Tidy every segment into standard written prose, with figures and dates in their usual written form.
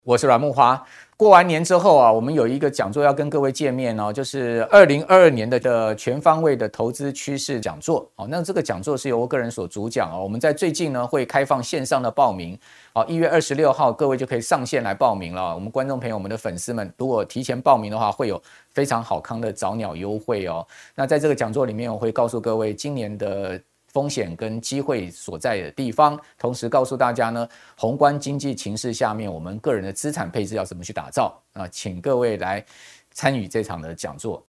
我是阮慕骅。过完年之后啊，我们有一个讲座要跟各位见面哦，就是2022年的全方位的投资趋势讲座。那这个讲座是由我个人所主讲哦。我们在最近呢会开放线上的报名，1月26号各位就可以上线来报名了。我们观众朋友、我们的粉丝们，如果提前报名的话，会有非常好康的早鸟优惠哦。那在这个讲座里面，我会告诉各位今年的风险跟机会所在的地方，同时告诉大家呢，宏观经济情势下面，我们个人的资产配置要怎么去打造啊？请各位来参与这场的讲座。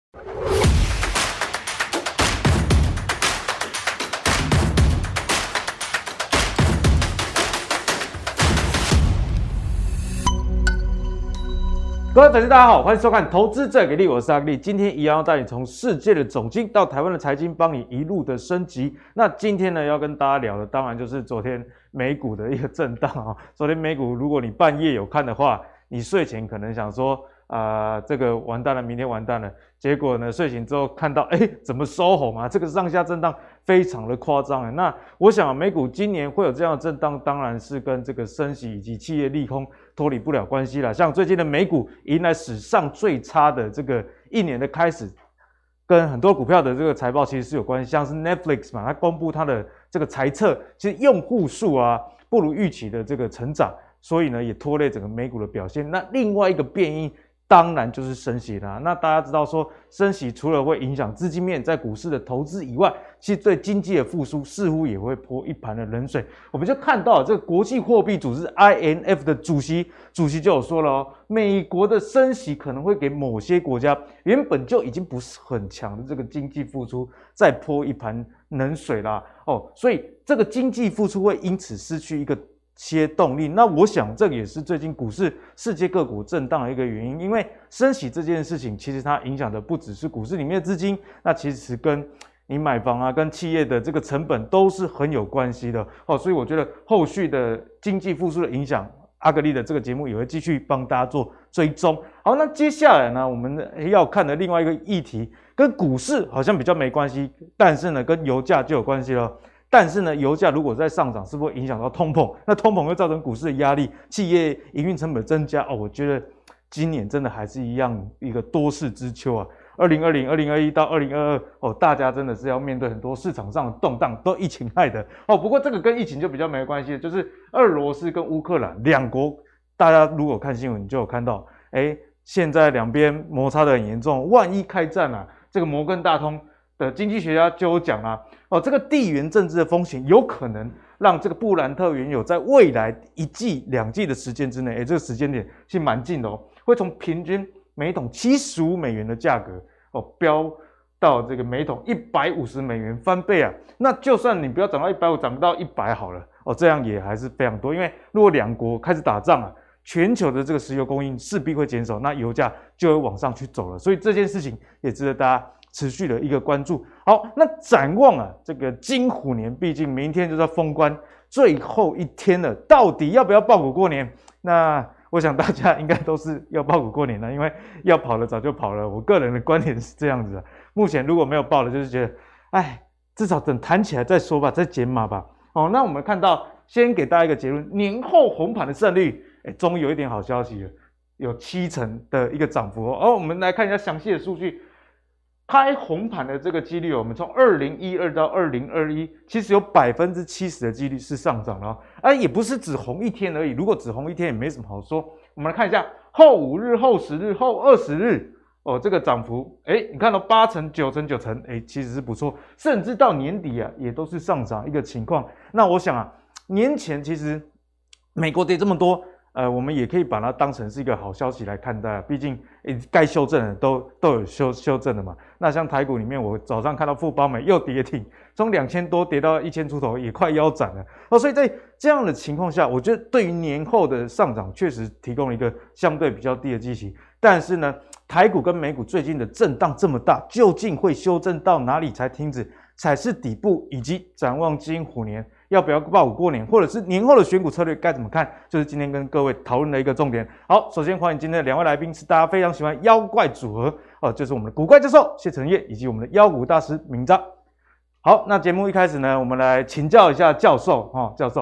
各位粉丝，大家好，欢迎收看《投资最给力》，我是阿力。今天一样要带你从世界的总经到台湾的财经，帮你一路的升级。那今天呢，要跟大家聊的，当然就是昨天美股的一个震荡啊。昨天美股，如果你半夜有看的话，你睡前可能想说，这个完蛋了，明天完蛋了。结果呢，睡醒之后看到，怎么收红啊？这个上下震荡非常的夸张。那我想美股今年会有这样的震荡，当然是跟这个升息以及企业利空脱离不了关系啦。像最近的美股迎来史上最差的这个一年的开始，跟很多股票的这个财报其实是有关系。像是 Netflix 嘛，它公布它的这个财测，其实用户数啊不如预期的这个成长，所以呢也拖累整个美股的表现。那另外一个变因，当然就是升息啦。那大家知道说，升息除了会影响资金面在股市的投资以外，其实对经济的复苏似乎也会泼一盘的冷水。我们就看到这个国际货币组织 IMF 的主席就有说了哦，美国的升息可能会给某些国家原本就已经不是很强的这个经济复苏再泼一盘冷水啦。所以这个经济复苏会因此失去一个些动力。那我想这个也是最近股市世界各国震荡的一个原因，因为升息这件事情其实它影响的不只是股市里面的资金，那其实跟你买房啊跟企业的这个成本都是很有关系的。所以我觉得后续的经济复苏的影响，阿格力的这个节目也会继续帮大家做追踪。好，那接下来呢，我们要看的另外一个议题跟股市好像比较没关系，但是呢跟油价就有关系了。但是呢，油价如果在上涨，是不是会影响到通膨？那通膨会造成股市的压力，企业营运成本增加。我觉得今年真的还是一样一个多事之秋啊。2020、2021到2022，大家真的是要面对很多市场上的动荡，都疫情害的。不过这个跟疫情就比较没关系，就是俄罗斯跟乌克兰两国，大家如果看新闻就有看到，现在两边摩擦得很严重，万一开战啊，这个摩根大通的经济学家就有讲啊，这个地缘政治的风险有可能让这个布兰特原油在未来1季、2季的时间之内，这个时间点是蛮近的会从平均每桶75美元的价格飙到这个每桶150美元，翻倍啊！那就算你不要涨到150，涨到100好了这样也还是非常多。因为如果两国开始打仗啊，全球的这个石油供应势必会减少，那油价就会往上去走了。所以这件事情也值得大家持续的一个关注。好，那展望啊，这个金虎年，毕竟明天就是要封关最后一天了，到底要不要抱股过年？那我想大家应该都是要抱股过年了，因为要跑了早就跑了。我个人的观点是这样子的，目前如果没有抱的，就是觉得，至少等弹起来再说吧，再减码吧。那我们看到，先给大家一个结论，年后红盘的胜率，终于有一点好消息了，有70%的一个涨幅我们来看一下详细的数据。开红盘的这个几率，我们从2012到2021，其实有70%的几率是上涨了也不是只红一天而已。如果只红一天也没什么好说。我们来看一下后5日、后10日、后20日这个涨幅，你看到8成、9成、9成，其实是不错，甚至到年底啊也都是上涨一个情况。那我想啊，年前其实美国跌这么多。我们也可以把它当成是一个好消息来看待，毕竟该修正的都有修正的嘛。那像台股里面，我早上看到富邦美又跌停，从2000多跌到1000出头，也快腰斩了所以在这样的情况下，我觉得对于年后的上涨确实提供了一个相对比较低的基期。但是呢，台股跟美股最近的震荡这么大，究竟会修正到哪里才停止，才是底部，以及展望金虎年要不要抱股过年，或者是年后的选股策略该怎么看，就是今天跟各位讨论的一个重点。好，首先欢迎今天的2位来宾，是大家非常喜欢妖怪组合就是我们的股怪教授谢承业，以及我们的妖股大师明章。好，那节目一开始呢，我们来请教一下教授教授，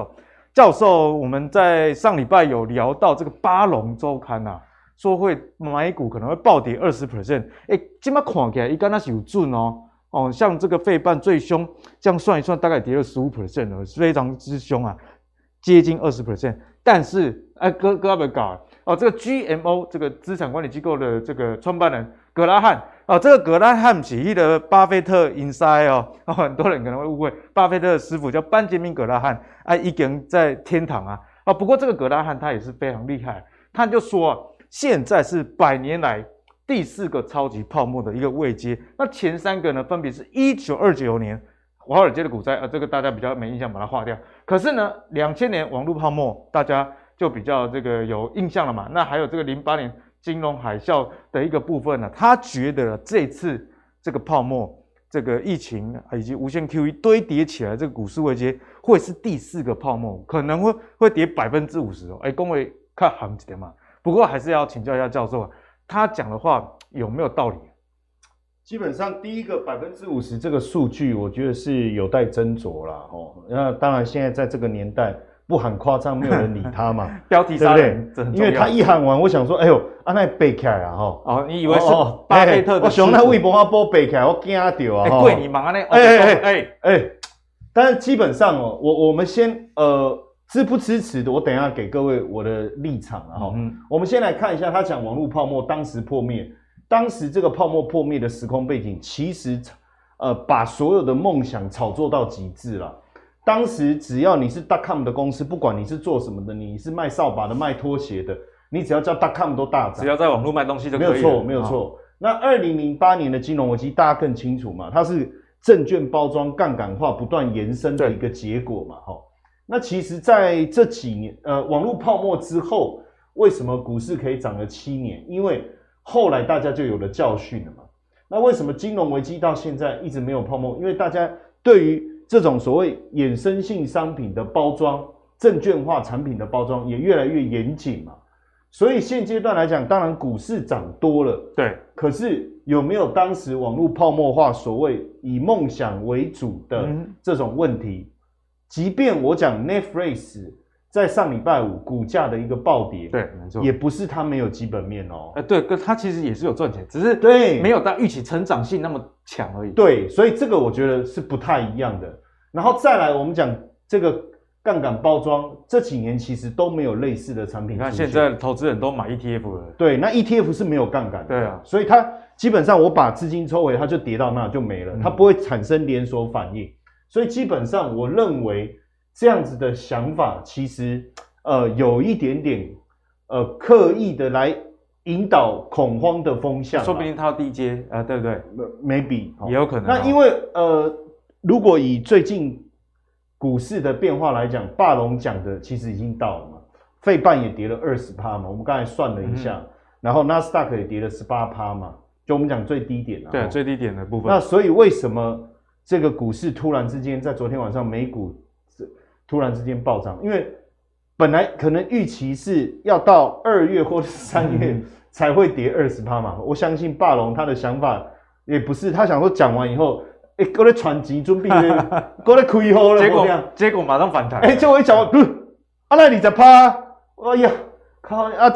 教授，我们在上礼拜有聊到这个巴龙周刊啊，说会美股可能会暴跌20%，现在看起来它是有准哦。哦，像这个费半最凶，这样算一算，大概跌了15%了，非常之凶啊，接近20%。但是，哥要不要搞哦？这个 GMO 这个资产管理机构的这个创办人格拉汉哦，这个格拉汉是那个巴菲特 inside 哦，很多人可能会误会，巴菲特的师傅叫班杰明格拉汉啊，已经在天堂啊。不过这个格拉汉他也是非常厉害，他就说啊，现在是100年来第4个超级泡沫的一个位阶，那前3个呢，分别是1929年华尔街的股灾，这个大家比较没印象，把它划掉。可是呢，2000年网络泡沫，大家就比较这个有印象了嘛。那还有这个08年金融海啸的一个部分呢，他觉得这次这个泡沫、这个疫情以及无限 QE 堆叠起来，这个股市位阶会是第4个泡沫，可能会跌50%哦。各位看行情嘛。不过还是要请教一下教授，他讲的话有没有道理？ 基本上第一个50%这个数据，我觉得是有待斟酌啦。那当然现在在这个年代不喊夸张，没有人理他嘛。 标题杀人， 对不对？因为他一喊完，我想说，哎呦，那背起来啊哈。 哦，你以为是巴菲特的？ 我想那微博波背起来，我惊到啊。 贵你忙呢？ 但是基本上我们先支不支持的，我等一下给各位我的立场啊。我们先来看一下他讲网络泡沫当时破灭。当时这个泡沫破灭的时空背景，其实把所有的梦想炒作到极致了。当时只要你是 .com 的公司，不管你是做什么的，你是卖扫把的、卖拖鞋的，你只要叫 .com 都大涨， 只要在网络卖东西就可以了。 没有错，没有错。那2008年的金融危机，大家更清楚嘛，它是证券包装杠杆化不断延伸的一个结果嘛。那其实在这几年，网络泡沫之后，为什么股市可以涨了7年？因为后来大家就有了教训了嘛。那为什么金融危机到现在一直没有泡沫？因为大家对于这种所谓衍生性商品的包装、证券化产品的包装也越来越严谨嘛。所以现阶段来讲，当然股市涨多了， 对。 可是有没有当时网络泡沫化所谓以梦想为主的这种问题？即便我讲 Netflix 在上礼拜五股价的一个暴跌， 对，没错， 也不是它没有基本面哦。 对，它其实也是有赚钱，只是对没有到预期成长性那么强而已。 对，所以这个我觉得是不太一样的。然后再来，我们讲这个杠杆包装，这几年其实都没有类似的产品出现。 你看现在投资人都买 ETF 了， 对，那 ETF 是没有杠杆的， 对啊， 所以它基本上我把资金抽回，它就跌到那就没了，它不会产生连锁反应。所以基本上我认为这样子的想法，其实有一点点刻意的来引导恐慌的风向， 说不定它要低阶对不对 ？Maybe 也有可能。 那因为如果以最近股市的变化来讲，霸龙讲的其实已经到了嘛，费半也跌了20%嘛，我们刚才算了一下，然后纳斯达克也跌了18%嘛，就我们讲最低点对，最低点的部分。 那所以为什么这个股市突然之间在昨天晚上美股突然之间暴涨？因为本来可能预期是要到2月或者3月才会跌20%嘛，我相信霸龙他的想法也不是，他想说讲完以后，过来传钱准备过来开户了， 结果马上反弹。 结果一讲，那20%，哎呀，靠我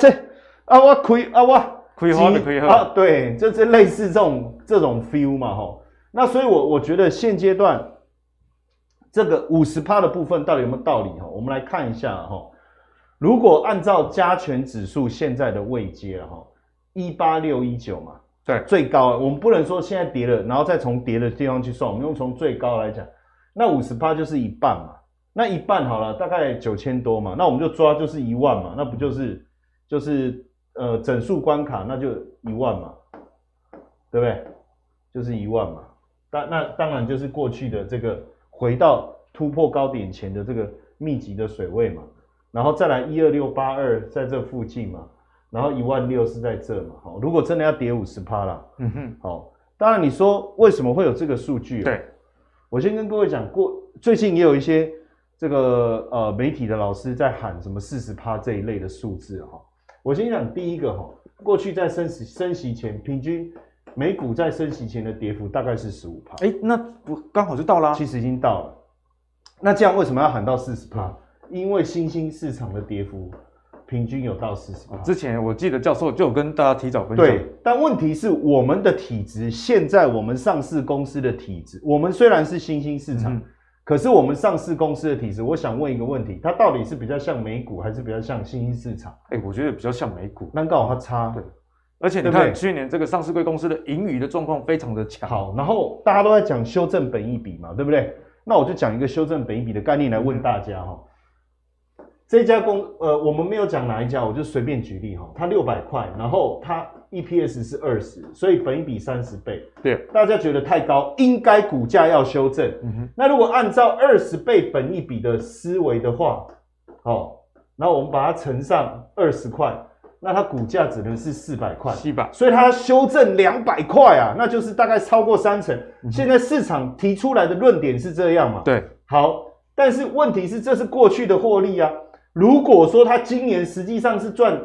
开户就开户对，就是类似这种 feel 嘛，那所以我觉得现阶段这个50%的部分到底有没有道理？我们来看一下如果按照加权指数现在的位阶18619嘛， 对， 最高我们不能说现在跌了，然后再从跌的地方去算，我们用从最高来讲，那50%就是一半嘛，那一半好了，大概9000多嘛，那我们就抓就是1万嘛，那不就是整数关卡，那就1万嘛，对不对？就是1万嘛，那当然就是过去的这个回到突破高点前的这个密集的水位嘛，然后再来12682在这附近嘛，然后16000是在这嘛，如果真的要跌50%啦，当然你说为什么会有这个数据？ 对， 我先跟各位讲过，最近也有一些这个媒体的老师在喊什么40%这一类的数字我先讲第一个过去在升息前，平均美股在升息前的跌幅大概是15%。 那不刚好就到了， 其实已经到了。那这样为什么要喊到40%？ 因为新兴市场的跌幅平均有到40%。 之前我记得教授就有跟大家提早分享。 对，但问题是我们的体质，现在我们上市公司的体质，我们虽然是新兴市场，可是我们上市公司的体质，我想问一个问题，它到底是比较像美股，还是比较像新兴市场？ 我觉得比较像美股。 那刚好它差。 对。而且你看，去年这个上市贵公司的盈余的状况非常的强。 好，然后大家都在讲修正本益比嘛，对不对？那我就讲一个修正本益比的概念来问大家哈。这家我们没有讲哪一家，我就随便举例哈。它600块，然后它 EPS 是20，所以本益比30倍。 对， 大家觉得太高，应该股价要修正。那如果按照20倍本益比的思维的话，然后我们把它乘上20块。那它股价只能是400块 ，700， 所以它修正200块啊，那就是大概超过30%。现在市场提出来的论点是这样嘛？ 对， 好，但是问题是这是过去的获利啊。如果说它今年实际上是赚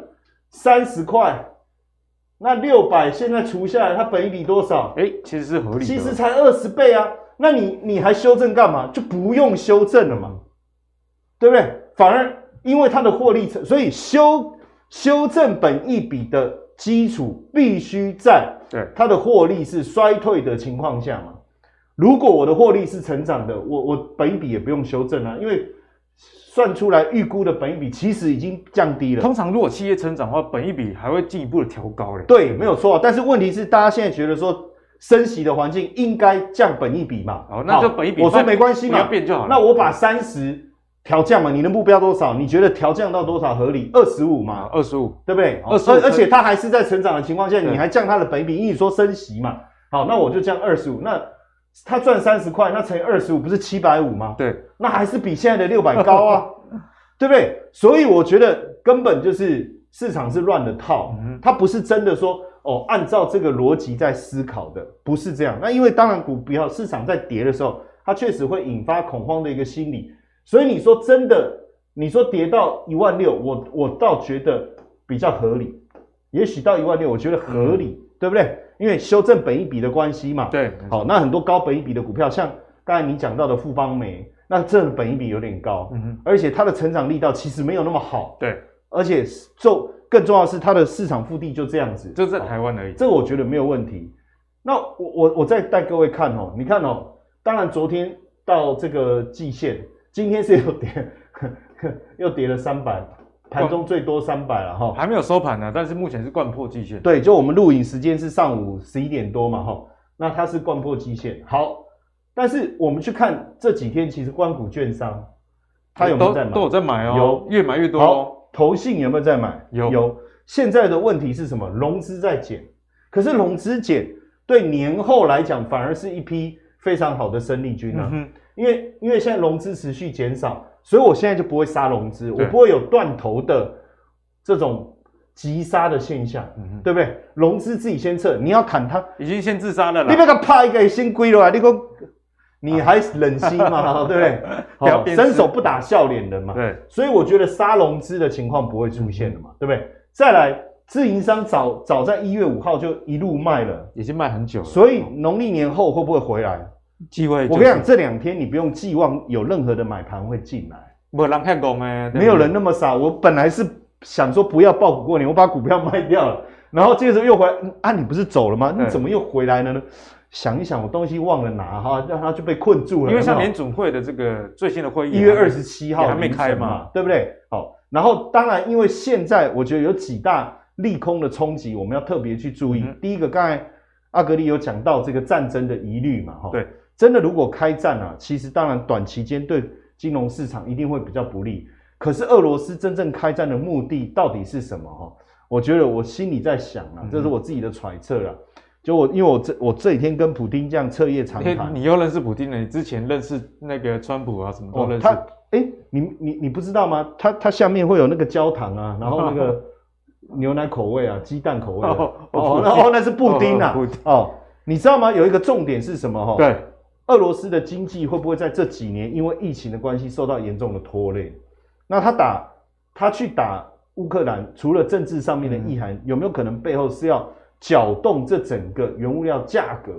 30块，那600现在除下来，它本益比多少？ 其实是合理的， 其实才20倍啊。那你还修正干嘛？就不用修正了嘛，对不对？反而因为它的获利，所以修正本益比的基础必须在它的获利是衰退的情况下嘛。如果我的获利是成长的，我本益比也不用修正啊，因为算出来预估的本益比其实已经降低了。 通常如果企业成长的话，本益比还会进一步的调高嘞。 对，没有错。但是问题是，大家现在觉得说升息的环境应该降本益比嘛？ 那就本益比我说没关系嘛， 不要变就好了。 那我把30调降嘛，你的目标多少？你觉得调降到多少合理？25嘛 ，25， 对不对 ？25， 而且它还是在成长的情况下，你还降它的本益比，因为你说升息嘛。好，那我就降25，那它赚30块，那乘以25不是750吗？ 对， 那还是比现在的600高啊，对不对？所以我觉得根本就是市场是乱的套，它不是真的说按照这个逻辑在思考的，不是这样。那因为当然股票市场在跌的时候，它确实会引发恐慌的一个心理。所以你说真的，你说跌到16000，我倒觉得比较合理，也许到16000，我觉得合理，对不对？因为修正本益比的关系嘛。 对， 好，那很多高本益比的股票，像刚才你讲到的富邦媒，那这个本益比有点高，而且它的成长力道其实没有那么好。 对， 而且更重要的是它的市场腹地就这样子， 就在台湾而已。 这个我觉得没有问题。那我再带各位看你看当然昨天到这个季线。今天是又跌了300，盘中最多300了哈， 还没有收盘呢，但是目前是掼破季线。 对，就我们录影时间是上午11点多嘛哈，那它是掼破季线。好，但是我们去看这几天，其实官股券商它有没有在买？ 都有在买哦， 有， 越买越多哦。投信有没有在买？ 有。现在的问题是什么？融资在减，可是融资减对年后来讲反而是一批非常好的生力军啊。因为现在融资持续减少，所以我现在就不会杀融资，我不会有断头的这种急杀的现象，对不对？融资自己先撤，你要砍它， 已经先自杀了啦。 你不要怕一个先归了，你还忍心吗？对不对？好，伸手不打笑脸人嘛。 对， 所以我觉得杀融资的情况不会出现的嘛，对不对？再来，自营商早在1月5号就一路卖了， 已经卖很久了， 所以农历年后会不会回来？ 机会， 我跟你讲，这2天你不用寄望有任何的买盘会进来， 没人看讲诶， 没有人那么傻。我本来是想说不要抱股过年，我把股票卖掉了，然后接着又回来，你不是走了吗？你怎么又回来了呢？想一想，我东西忘了拿哈，让它就被困住了。 因为像联准会的这个最新的会议 ，1月27号还没开嘛， 对不对？好，然后当然，因为现在我觉得有几大利空的冲击，我们要特别去注意。第一个，刚才阿格力有讲到这个战争的疑虑嘛， 对。 真的，如果开战啊，其实当然短期间对金融市场一定会比较不利。可是俄罗斯真正开战的目的到底是什么？我觉得我心里在想啊，这是我自己的揣测啦。就因为我这几天跟普丁这样彻夜长谈。 你又认识普丁了？你之前认识那个川普啊，什么都认识。 你不知道吗？他下面会有那个焦糖啊，然后那个牛奶口味啊，鸡蛋口味的。那是布丁啊。你知道吗？有一个重点是什么？ 对。 俄罗斯的经济会不会在这几年因为疫情的关系受到严重的拖累？那他去打乌克兰，除了政治上面的意涵，有没有可能背后是要搅动这整个原物料价格，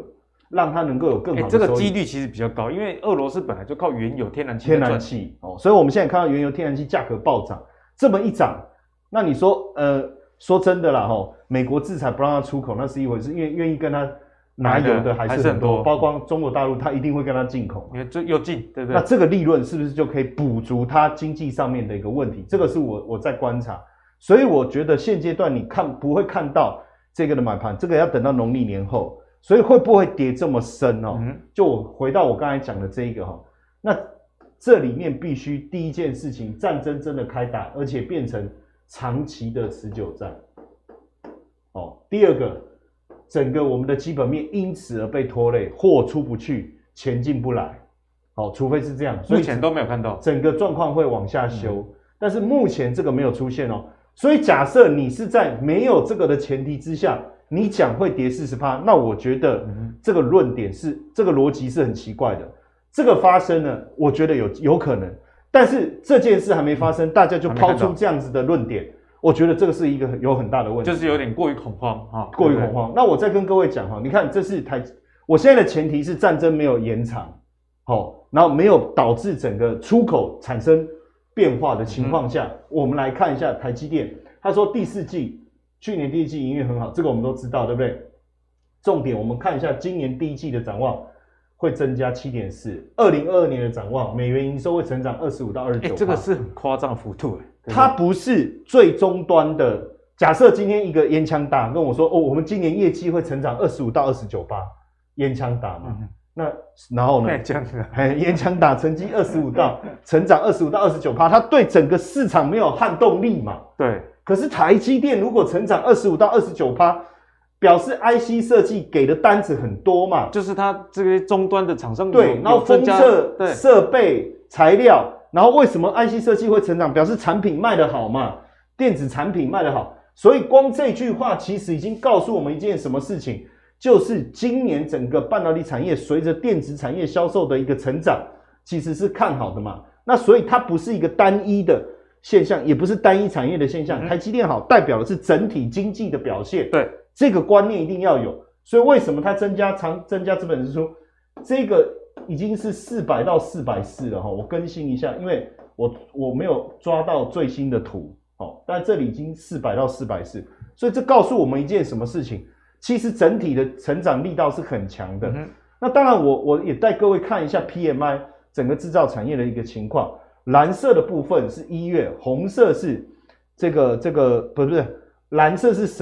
让它能够有更好的收益。 这个几率其实比较高，因为俄罗斯本来就靠原油、天然气哦，所以我们现在看到原油、天然气价格暴涨，这么一涨，那你说说真的啦美国制裁不让它出口那是一回事，因为愿意跟它拿油的还是很多，包括中国大陆，它一定会跟它进口， 因为这又近，对不对？ 那这个利润是不是就可以补足它经济上面的一个问题？这个是我在观察，所以我觉得现阶段你不会看到这个的买盘，这个要等到农历年后，所以会不会跌这么深就我回到我刚才讲的这一个那这里面必须第一件事情，战争真的开打，而且变成长期的持久战。第二个，整个我们的基本面因此而被拖累，货出不去，钱进不来。除非是这样， 目前都没有看到， 整个状况会往下修。但是目前这个没有出现所以假设你是在没有这个的前提之下，你讲会跌40%，那我觉得这个论点这个逻辑是很奇怪的。这个发生了，我觉得有可能，但是这件事还没发生，大家就抛出这样子的论点。我觉得这个是一个有很大的问题， 就是有点过于恐慌过于恐慌。那我再跟各位讲你看这是我现在的前提是战争没有延长，然后没有导致整个出口产生变化的情况下，我们来看一下台积电。他说去年第一季营运很好，这个我们都知道，对不对？重点我们看一下今年第一季的展望。会增加 7.4%，2022年的展望，美元营收会成长25%到29%， 这个是很夸张的幅度它不是最终端的。假设今天一个烟枪打跟我说，我们今年业绩会成长25%到29%，烟枪打嘛，那然后呢？烟枪打成绩成长25%到29%，它对整个市场没有撼动力嘛？ 对。 可是台积电如果成长25%到29%。表示 IC 设计给的单子很多嘛， 就是它这个终端的厂商对，然后封测、设备、材料，然后为什么 IC 设计会成长？表示产品卖得好嘛，电子产品卖得好，所以光这句话其实已经告诉我们一件什么事情，就是今年整个半导体产业随着电子产业销售的一个成长，其实是看好的嘛。那所以它不是一个单一的现象，也不是单一产业的现象。台积电好，代表的是整体经济的表现。 对。 这个观念一定要有，所以为什么它增加资本支出？这个已经是400到440了我更新一下，因为我没有抓到最新的图但这里已经400到440，所以这告诉我们一件什么事情？其实整体的成长力道是很强的。那当然我也带各位看一下 PMI 整个制造产业的一个情况，蓝色的部分是1月，红色是这个不是。蓝色是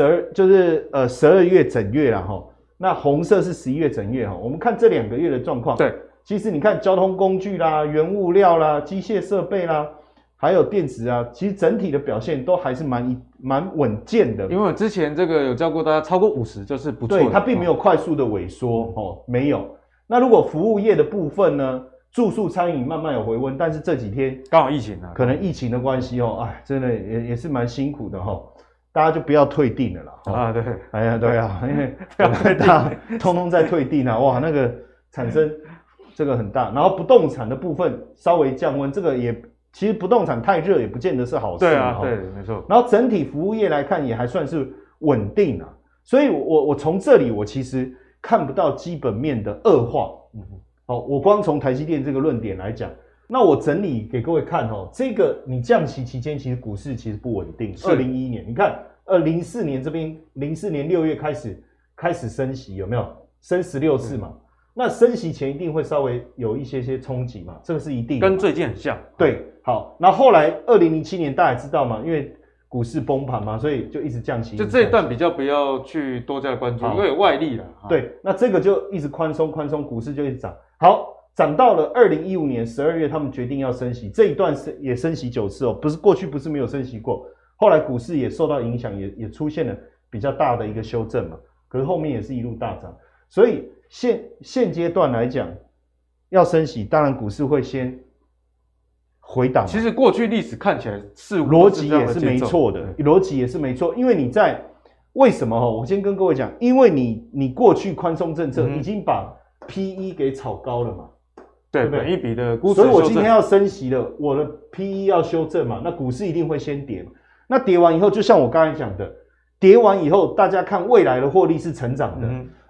12月整月啦那红色是11月整月我们看这2个月的状况。 对， 其实你看交通工具啦、原物料啦、机械设备啦，还有电子啊，其实整体的表现都还是蛮稳健的。 因为我之前这个有教过大家，超过50就是不错的。 对，它并没有快速的萎缩没有。那如果服务业的部分呢？住宿餐饮慢慢有回温，但是这几天刚好疫情可能疫情的关系真的也是蛮辛苦的大家就不要退订了啦对， 对啊，因为大家通通在退订哇，那个产生这个很大。然后不动产的部分稍微降温，这个其实不动产太热也不见得是好事。 对啊，对，没错。 然后整体服务业来看也还算是稳定所以我从这里我其实看不到基本面的恶化。我光从台积电这个论点来讲。那我整理给各位看这个你降息期间其实股市其实不稳定。2011年你看04年这边04年6月开始升息，有没有升16次嘛？那升息前一定会稍微有一些冲击嘛，这个是一定的， 跟最近很像。 对，好，那后来2007年大家也知道嘛，因为股市崩盘嘛，所以就一直降息。 就这一段比较不要去多加关注，因为有外力了。 对，那这个就一直宽松，股市就一直涨。好。涨到了2015年12月，他们决定要升息，这一段也升息9次不是过去不是没有升息过，后来股市也受到影响，也出现了比较大的一个修正嘛，可是后面也是一路大涨，所以现阶段来讲要升息，当然股市会先回档。 其实过去历史看起来是逻辑也是没错的，逻辑也是没错，因为你在为什么我先跟各位讲，因为你过去宽松政策已经把 PE 给炒高了嘛。 对，本益比的估值， 所以我今天要升息了，我的 PE 要修正嘛，那股市一定会先跌嘛。那跌完以后，就像我刚才讲的，跌完以后，大家看未来的获利是成长的，那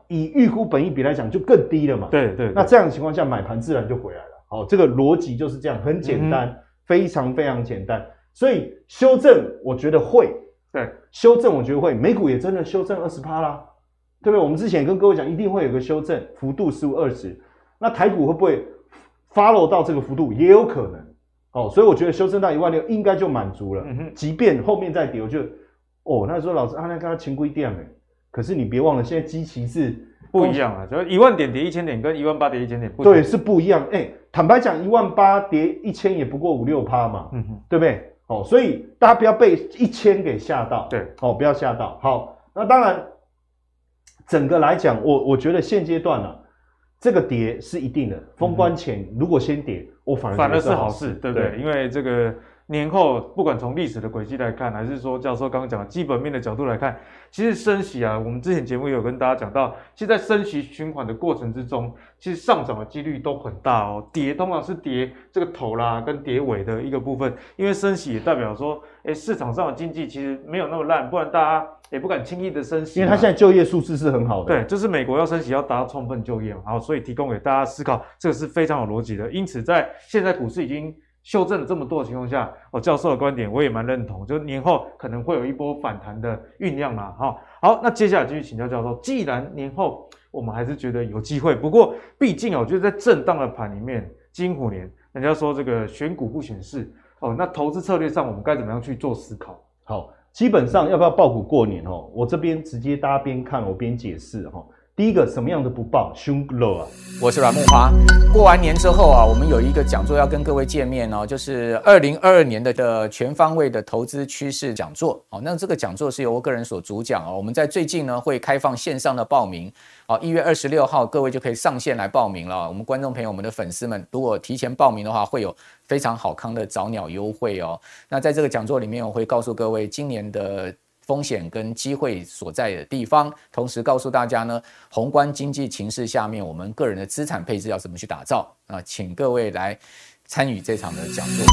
以预估本益比来讲就更低了嘛。 对， 那这样的情况下买盘自然就回来了。好，这个逻辑就是这样，很简单，非常非常简单。所以修正我觉得会， 对， 修正我觉得会，美股也真的修正20%啦，对不对？我们之前跟各位讲，一定会有个修正幅度15-20%，那台股会不会 follow 到这个幅度也有可能。哦，所以我觉得修正到16000应该就满足了。即便后面再跌，我就那时候老师那刚刚轻归点可是你别忘了，现在基期是不一样啊，就10000点跌1000点跟18000跌1000点不一样， 对，是不一样。坦白讲，18000跌1000也不过5-6%嘛，对不对？所以大家不要被1000给吓到， 对， 不要吓到。好，那当然，整个来讲，我觉得现阶段这个跌是一定的。封关前如果先跌，我反而是好事，对不对？因为这个年后，不管从历史的轨迹来看，还是说教授刚刚讲的基本面的角度来看，其实升息啊，我们之前节目也有跟大家讲到，其实在升息循环的过程之中，其实上涨的几率都很大哦。跌通常是跌这个头啦，跟跌尾的一个部分，因为升息也代表说，市场上的经济其实没有那么烂，不然大家也不敢轻易的升息， 因为它现在就业数字是很好的。 对，就是美国要升息要达到充分就业嘛，然后所以提供给大家思考，这个是非常有逻辑的。因此，在现在股市已经修正了这么多的情况下，教授的观点我也蛮认同，就是年后可能会有一波反弹的酝酿啦。好，那接下来继续请教教授，既然年后我们还是觉得有机会，不过毕竟我觉得在震荡的盘里面，金虎年人家说这个选股不选市那投资策略上我们该怎么样去做思考？ 好，基本上要不要抱股过年我这边直接大家边看我边解释第一个，什么样的不报？凶漏啊！ 我是阮慕骅。过完年之后我们有一个讲座要跟各位见面就是2022年的全方位的投资趋势讲座。那这个讲座是由我个人所主讲我们在最近呢会开放线上的报名，1月26号各位就可以上线来报名了。我们观众朋友、我们的粉丝们，如果提前报名的话，会有非常好康的早鸟优惠那在这个讲座里面，我会告诉各位今年的风险跟机会所在的地方，同时告诉大家呢，宏观经济情势下面，我们个人的资产配置要怎么去打造请各位来参与这场的讲座。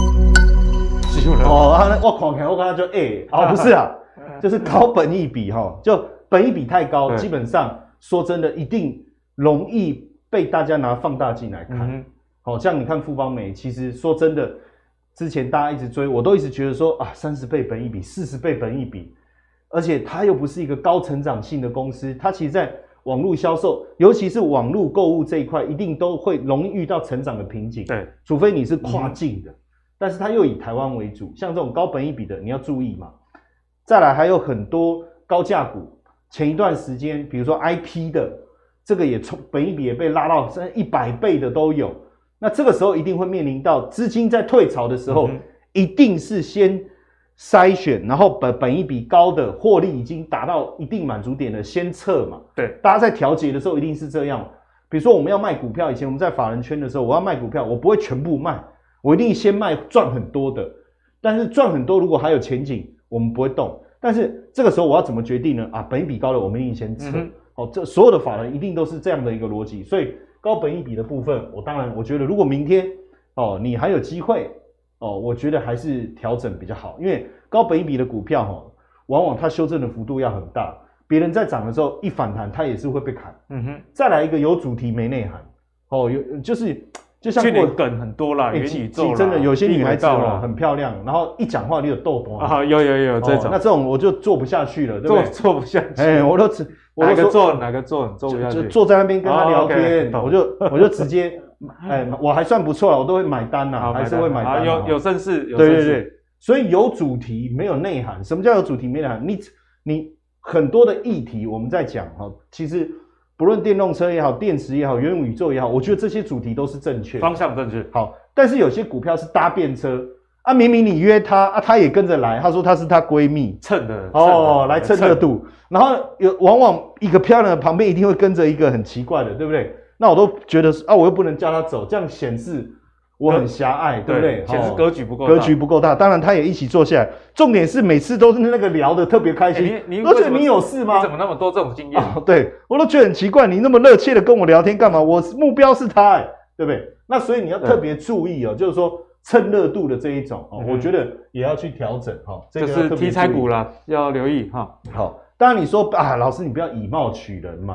我看起来我刚刚就不是就是高本益比就本益比太高，基本上说真的一定容易被大家拿放大镜来看。像你看富邦美，其实说真的，之前大家一直追，我都一直觉得说30倍本益比、40倍本益比。而且它又不是一个高成长性的公司，它其实在网络销售，尤其是网络购物这一块，一定都会容易遇到成长的瓶颈。 对， 除非你是跨境的，但是它又以台湾为主，像这种高本益比的，你要注意嘛。再来还有很多高价股，前一段时间，比如说 IP 的，这个也本益比也被拉到100倍的都有。那这个时候一定会面临到资金在退潮的时候，一定是先筛选，然后本益比高的获利已经达到一定满足点的先撤嘛。 对， 大家在调节的时候一定是这样。比如说我们要卖股票，以前我们在法人圈的时候，我要卖股票，我不会全部卖，我一定先卖赚很多的。但是赚很多如果还有前景，我们不会动。但是这个时候我要怎么决定呢？本益比高的我们一定先撤。这所有的法人一定都是这样的一个逻辑。所以高本益比的部分，我觉得如果明天你还有机会。我觉得还是调整比较好，因为高本益比的股票往往它修正的幅度要很大，别人在涨的时候一反弹，它也是会被砍。再来一个有主题没内涵，就像去年梗很多啦，元宇宙啦， 真的有些女孩子很漂亮，然后一讲话你有痘痘有这种， 那这种我就做不下去了，对不对？ 做不下去，哪个做不下去， 就坐在那边跟他聊天，我就直接。我还算不错了，我都会买单啦，还是会买单。 有盛世， 对，所以有主题没有内涵。什么叫有主题没内涵？你很多的议题我们在讲其实不论电动车也好，电池也好，元宇宙也好，我觉得这些主题都是正确， 方向正确。 好，但是有些股票是搭便车明明你约他他也跟着来，他说他是他闺蜜蹭的来蹭热度，然后往往一个漂亮的旁边一定会跟着一个很奇怪的，对不对？那我都觉得我又不能叫他走，这样显示我很狭隘，对不对？ 显示格局不够大。 当然他也一起坐下来，重点是每次都是那个聊得特别开心。 你都觉得你有事吗？ 你怎么那么多这种经验？ 对，我都觉得很奇怪，你那么热切的跟我聊天干嘛？我目标是他对不对？那所以你要特别注意就是说蹭热度的这一种我觉得也要去调整这是题材股啦，要留意好，当然你说老师你不要以貌取人嘛。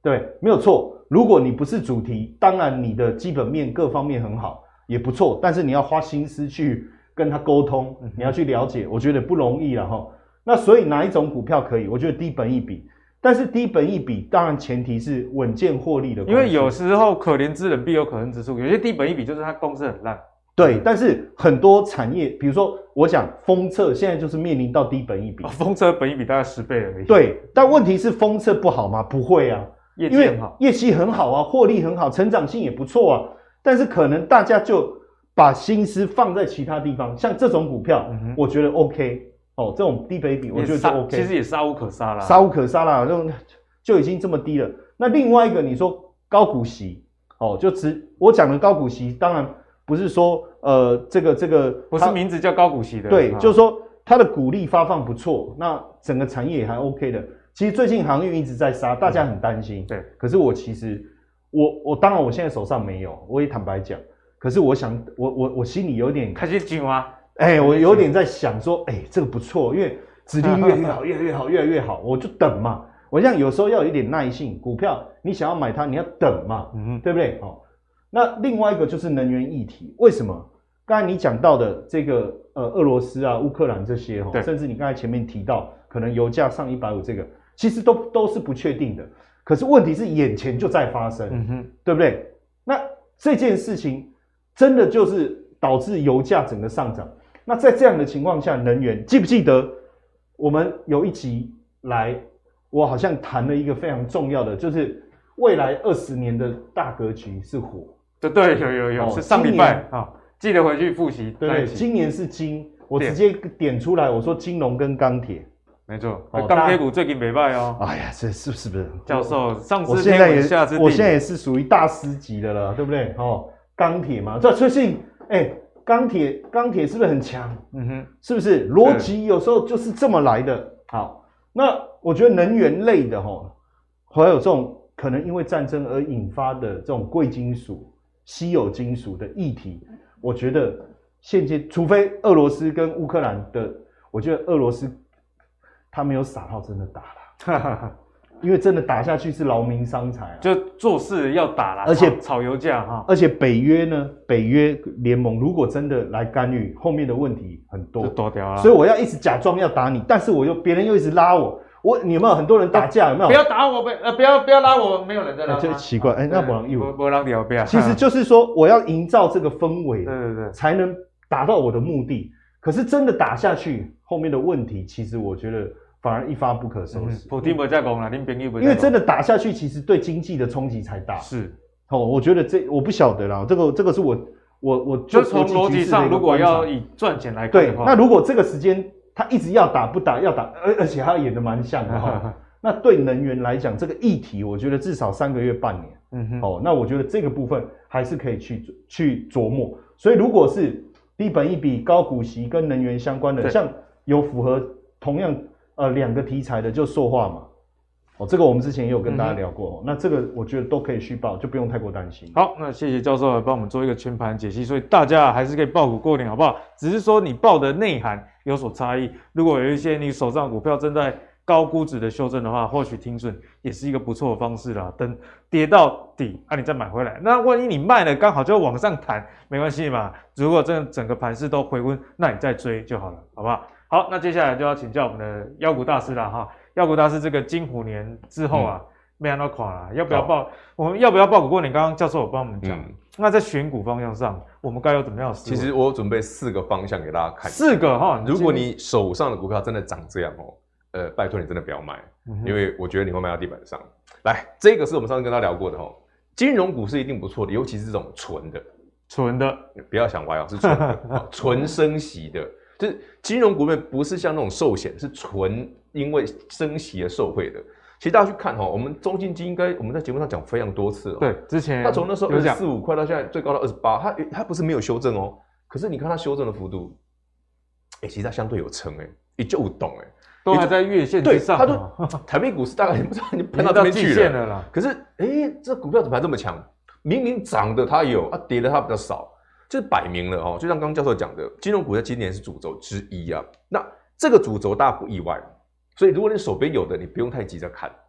对，没有错。如果你不是主题，当然你的基本面各方面很好，也不错，但是你要花心思去跟他沟通，你要去了解，我觉得不容易了哈。那所以哪一种股票可以？我觉得低本益比。但是低本益比当然前提是稳健获利的公司， 因为有时候可怜之人必有可恨之处，有些低本益比就是它公司很烂。 对，但是很多产业，比如说我讲封测现在就是面临到低本益比， 封测本益比大概10倍而已。 对，但问题是封测不好吗？不会啊， 业绩很好， 业绩很好啊，获利很好，成长性也不错啊，但是可能大家就把心思放在其他地方，像这种股票，我觉得 OK。哦，这种低本益比我觉得就 OK， 其实也杀无可杀啦， 杀无可杀啦，就已经这么低了。那另外一个你说高股息，哦，我讲的高股息，当然不是说这个不是名字叫高股息的， 对，就是说它的股利发放不错，那整个产业也还 OK 的。其实最近航运一直在杀，大家很担心。 对， 可是我其实我当然我现在手上没有，我也坦白讲，可是我想我心里有点开始紧啊。 我有点在想说，这个不错，因为殖利率越来越好，越来越好，越来越好，我就等嘛。我想有时候要有一点耐性，股票你想要买它，你要等嘛，对不对？那另外一个就是能源议题，为什么？刚才你讲到的这个俄罗斯啊、乌克兰这些甚至你刚才前面提到，可能油价上150这个，其实都是不确定的。可是问题是眼前就在发生，对不对？那这件事情真的就是导致油价整个上涨。那在这样的情况下，能源记不记得我们有一集来，我好像谈了一个非常重要的，就是未来20年的大格局是火。 对，有，是上礼拜啊，记得回去复习。 对，今年是金，我直接点出来，我说金融跟钢铁。 没错，钢铁股最近没败哦。 哎呀，这是不是教授上知天文下知地理？ 我现在也是属于大师级的了，对不对？钢铁嘛，这最近钢铁是不是很强？是不是逻辑有时候就是这么来的？好，那我觉得能源类的还有这种可能因为战争而引发的这种贵金属、稀有金属的议题，我觉得现阶除非俄罗斯跟乌克兰的，我觉得俄罗斯他没有傻到真的打了。因为真的打下去是劳民伤财啊， 就做事要打啦， 而且炒油价哈， 而且北约联盟如果真的来干预，后面的问题很多， 就多掉啊。 所以我要一直假装要打你，但是别人又一直拉我，你有没有很多人打架？有没有？ 不要打我，不要拉我，没有人在拉。 就奇怪，那不让有， 不让聊，不要。 其实就是说，我要营造这个氛围， 对， 才能达到我的目的。可是真的打下去，后面的问题，其实我觉得反而一发不可收拾。 普丁不在讲啦，您朋友不在讲。 因为真的打下去，其实对经济的冲击才大。 是， 我觉得我不晓得啦，这个是我就从逻辑上，如果要以赚钱来看的话， 对，那如果这个时间他一直要打不打要打，而且他演得蛮像的那对能源来讲，这个议题我觉得至少3个月半年，那我觉得这个部分还是可以去琢磨。所以如果是低本益比、高股息跟能源相关的，像有符合同样2个题材的，就塑化嘛。这个我们之前也有跟大家聊过，那这个我觉得都可以续报，就不用太过担心。 好，那谢谢教授来帮我们做一个全盘解析，所以大家还是可以抱股过年，好不好？只是说你抱的内涵有所差异。如果有一些你手上的股票正在高估值的修正的话，或许停损也是一个不错的方式啦。等跌到底你再买回来。那万一你卖了，刚好就往上弹，没关系嘛。如果整个盘势都回温，那你再追就好了，好不好？好，那接下来就要请教我们的妖股大师了哈。妖股大师这个金虎年之后没看到垮啦，我们要不要抱股过年？刚刚教授有帮我们讲。那在选股方向上，我们该有怎么样的思维？ 其实我准备4个方向给大家看。 4个哈， 如果你手上的股票真的长这样拜托你真的不要买，因为我觉得你会卖到地板上。来，这个是我们上次跟大家聊过的金融股是一定不错的，尤其是这种纯的，不要想歪是纯的，纯升息的。就是金融股面不是像那种寿险，是纯因为升息而受惠的。其实大家去看我们中信金我们在节目上讲非常多次了。 对，之前它从那时候24、25块到现在最高到28，它不是没有修正可是你看它修正的幅度，其实它相对有撑也就懂都还在月线之上。 对，它就台北股市大概你不知道你喷到这边去了啦。 可是这股票怎么还这么强？明明涨的它有跌的它比较少。这摆明了就像刚刚教授讲的，金融股在今年是主轴之一啊。那这个主轴大家不意外，所以如果你手边有的，你不用太急着看，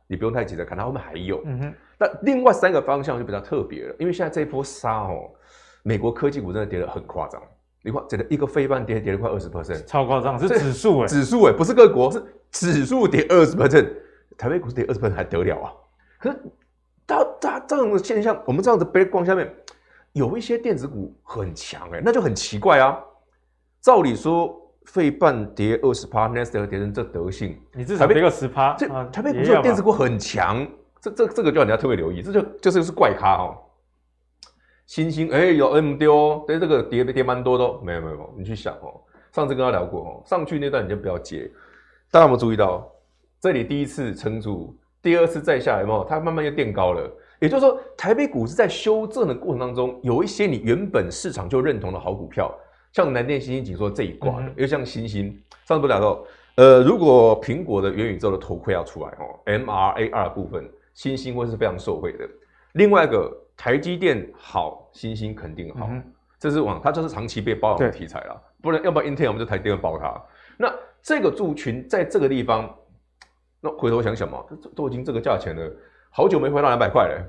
你不用太急着看，它后面还有。那另外3个方向就比较特别了，因为现在这一波杀哦，美国科技股真的跌得很夸张。你看，一个费半跌了快20%， 超夸张，是指数指数是各国，是指数跌20%，台北股市跌20%还得了啊？可是它这样的现象，我们这样的背光下面，有一些电子股很强那就很奇怪啊。照理说，费半跌20%，Nasdaq 跌成这德性， 你至少跌个10%， 这台北股市的电子股很强，这个就人家特别留意，就是怪咖哦。新兴有 M 丢，对这个跌蛮多的哦，没有，你去想哦，上次跟他聊过哦，上去那段你就不要接。大家有没有注意到，这里第一次撑住，第二次再下来有没有？它慢慢又垫高了，也就是说，台北股市在修正的过程当中，有一些你原本市场就认同的好股票，像南电、新兴、景说这一挂的，又像新兴，上次不聊到，如果苹果的元宇宙的头盔要出来哦 ，MRAR 部分，新兴会是非常受惠的。另外一个。台积电好，新兴肯定好，这是它就是长期被包养的题材啦，不然要不然 Intel 我们就台积电包它。那这个族群在这个地方，那回头想想嘛，都已经这个价钱了，好久没回到200块了，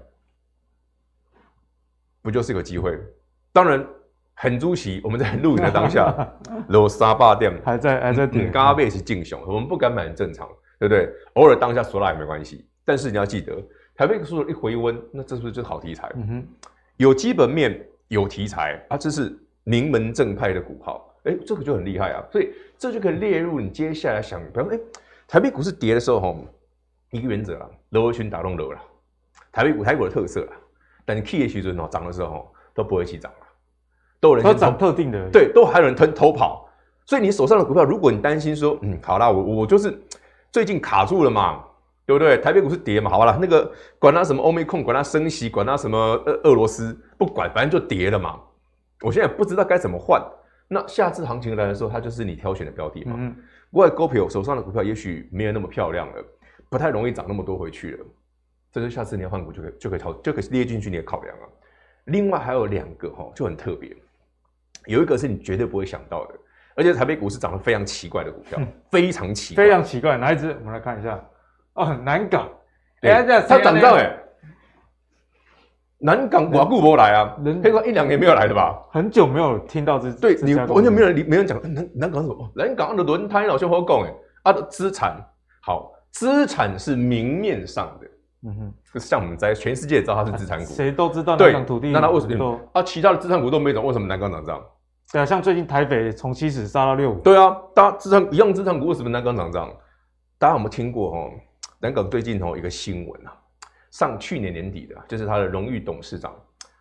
不就是一个机会？当然，很主席我们在录影的当下，有300点还在跌， 刚被是劲熊，我们不敢买很正常，对不对？偶尔当下说拉也没关系，但是你要记得。台北股市一回温，那这是不是就是好题材？有基本面，有题材啊，这是名门正派的股号，这个就很厉害啊，所以这就可以列入你接下来想，比方说，台北股市跌的时候，一个原则啦，楼群打动楼啦，台北股的特色啦，但你 key 的时候涨的时候都不会一起涨啦，都有人涨特定的， 对，都还有人偷跑，所以你手上的股票，如果你担心说，好啦，我就是最近卡住了嘛。对不对？台北股市跌嘛，好啦，那个管它什么欧美控，管它升息，管它什么俄罗斯，不管，反正就跌了嘛。我现在不知道该怎么换，那下次行情来的时候，它就是你挑选的标的嘛。我的股票手上的股票也许没有那么漂亮了，不太容易涨那么多回去了，这就下次你要换股就可以列进去你的考量啊。另外还有2个就很特别，有一个是你绝对不会想到的，而且台北股市涨得非常奇怪的股票，非常奇怪， 非常奇怪，哪一只？我们来看一下。南港， 它涨涨南港寡固没来啊，可以说1-2年没有来的吧？ 很久没有听到对你完全没人讲南港什么？南港的轮胎老兄好讲的资产好，资产是明面上的，像我们在全世界也知道它是资产股， 谁都知道南港土地， 那它为什么其他的资产股都没涨，为什么南港涨涨？ 对啊，像最近台北从70杀到65， 对啊，大家一样资产股为什么南港涨涨？大家有没有听过南港最近一个新闻上去年年底的，就是他的荣誉董事长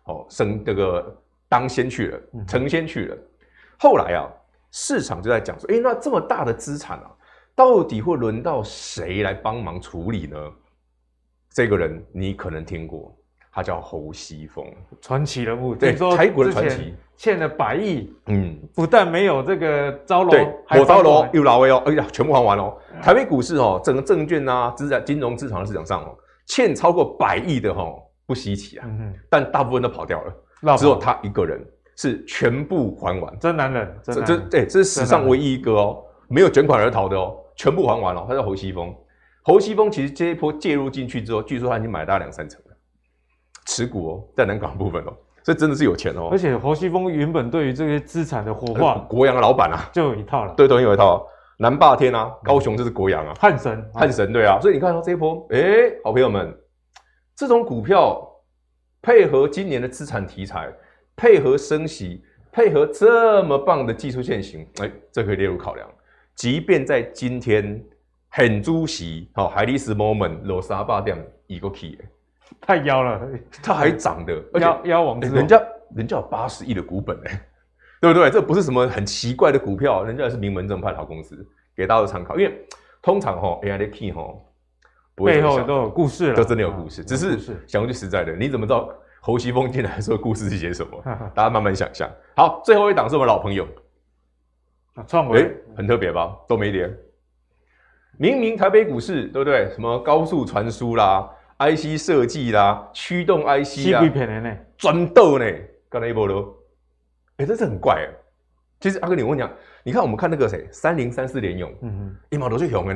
当先去了，成先去了。后来市场就在讲说，那这么大的资产到底会轮到谁来帮忙处理呢？这个人你可能听过，他叫侯西峰， 传奇人物， 对，台股的传奇， 欠了100亿，不但没有这个招楼， 还招楼又老威全部还完了。台北股市整个证券金融资产的市场上欠超过100亿的不稀奇啊，但大部分都跑掉了，只有他一个人是全部还完， 真男人， 这是史上唯一一个没有卷款而逃的全部还完了，他叫侯西峰。侯西峰其实这一波介入进去之后，据说他已经买了大概2-3成了，持股在南港部分所以真的是有钱而且侯西峰原本对于这些资产的活化， 国阳的老板就有一套了， 对，都有一套。南霸天高雄就是国阳汉神对啊，所以你看到这一波，好朋友们，这种股票配合今年的资产题材，配合升息，配合这么棒的技术线型，这可以列入考量。即便在今天很主席海力士 moment 落300点一个 key， 太妖了， 它还涨的，而且妖王人家有80亿的股本对不对？这不是什么很奇怪的股票，人家也是名门正派的好公司，给大家的参考。因为通常AI 的 key 背后都有故事了， 都真的有故事。只是讲句实在的，你怎么知道侯西峰进来的时候故事是写什么？大家慢慢想象。好，最后一档是我们老朋友创维， 很特别吧？都没跌。明明台北股市对不对？什么高速传输啦、IC 设计啦、驱动 IC 啦，专斗呢，刚才一波喽。这是很怪其实阿哥，我跟你讲，你看我们看那个谁，3034联咏，一毛都是熊的呢。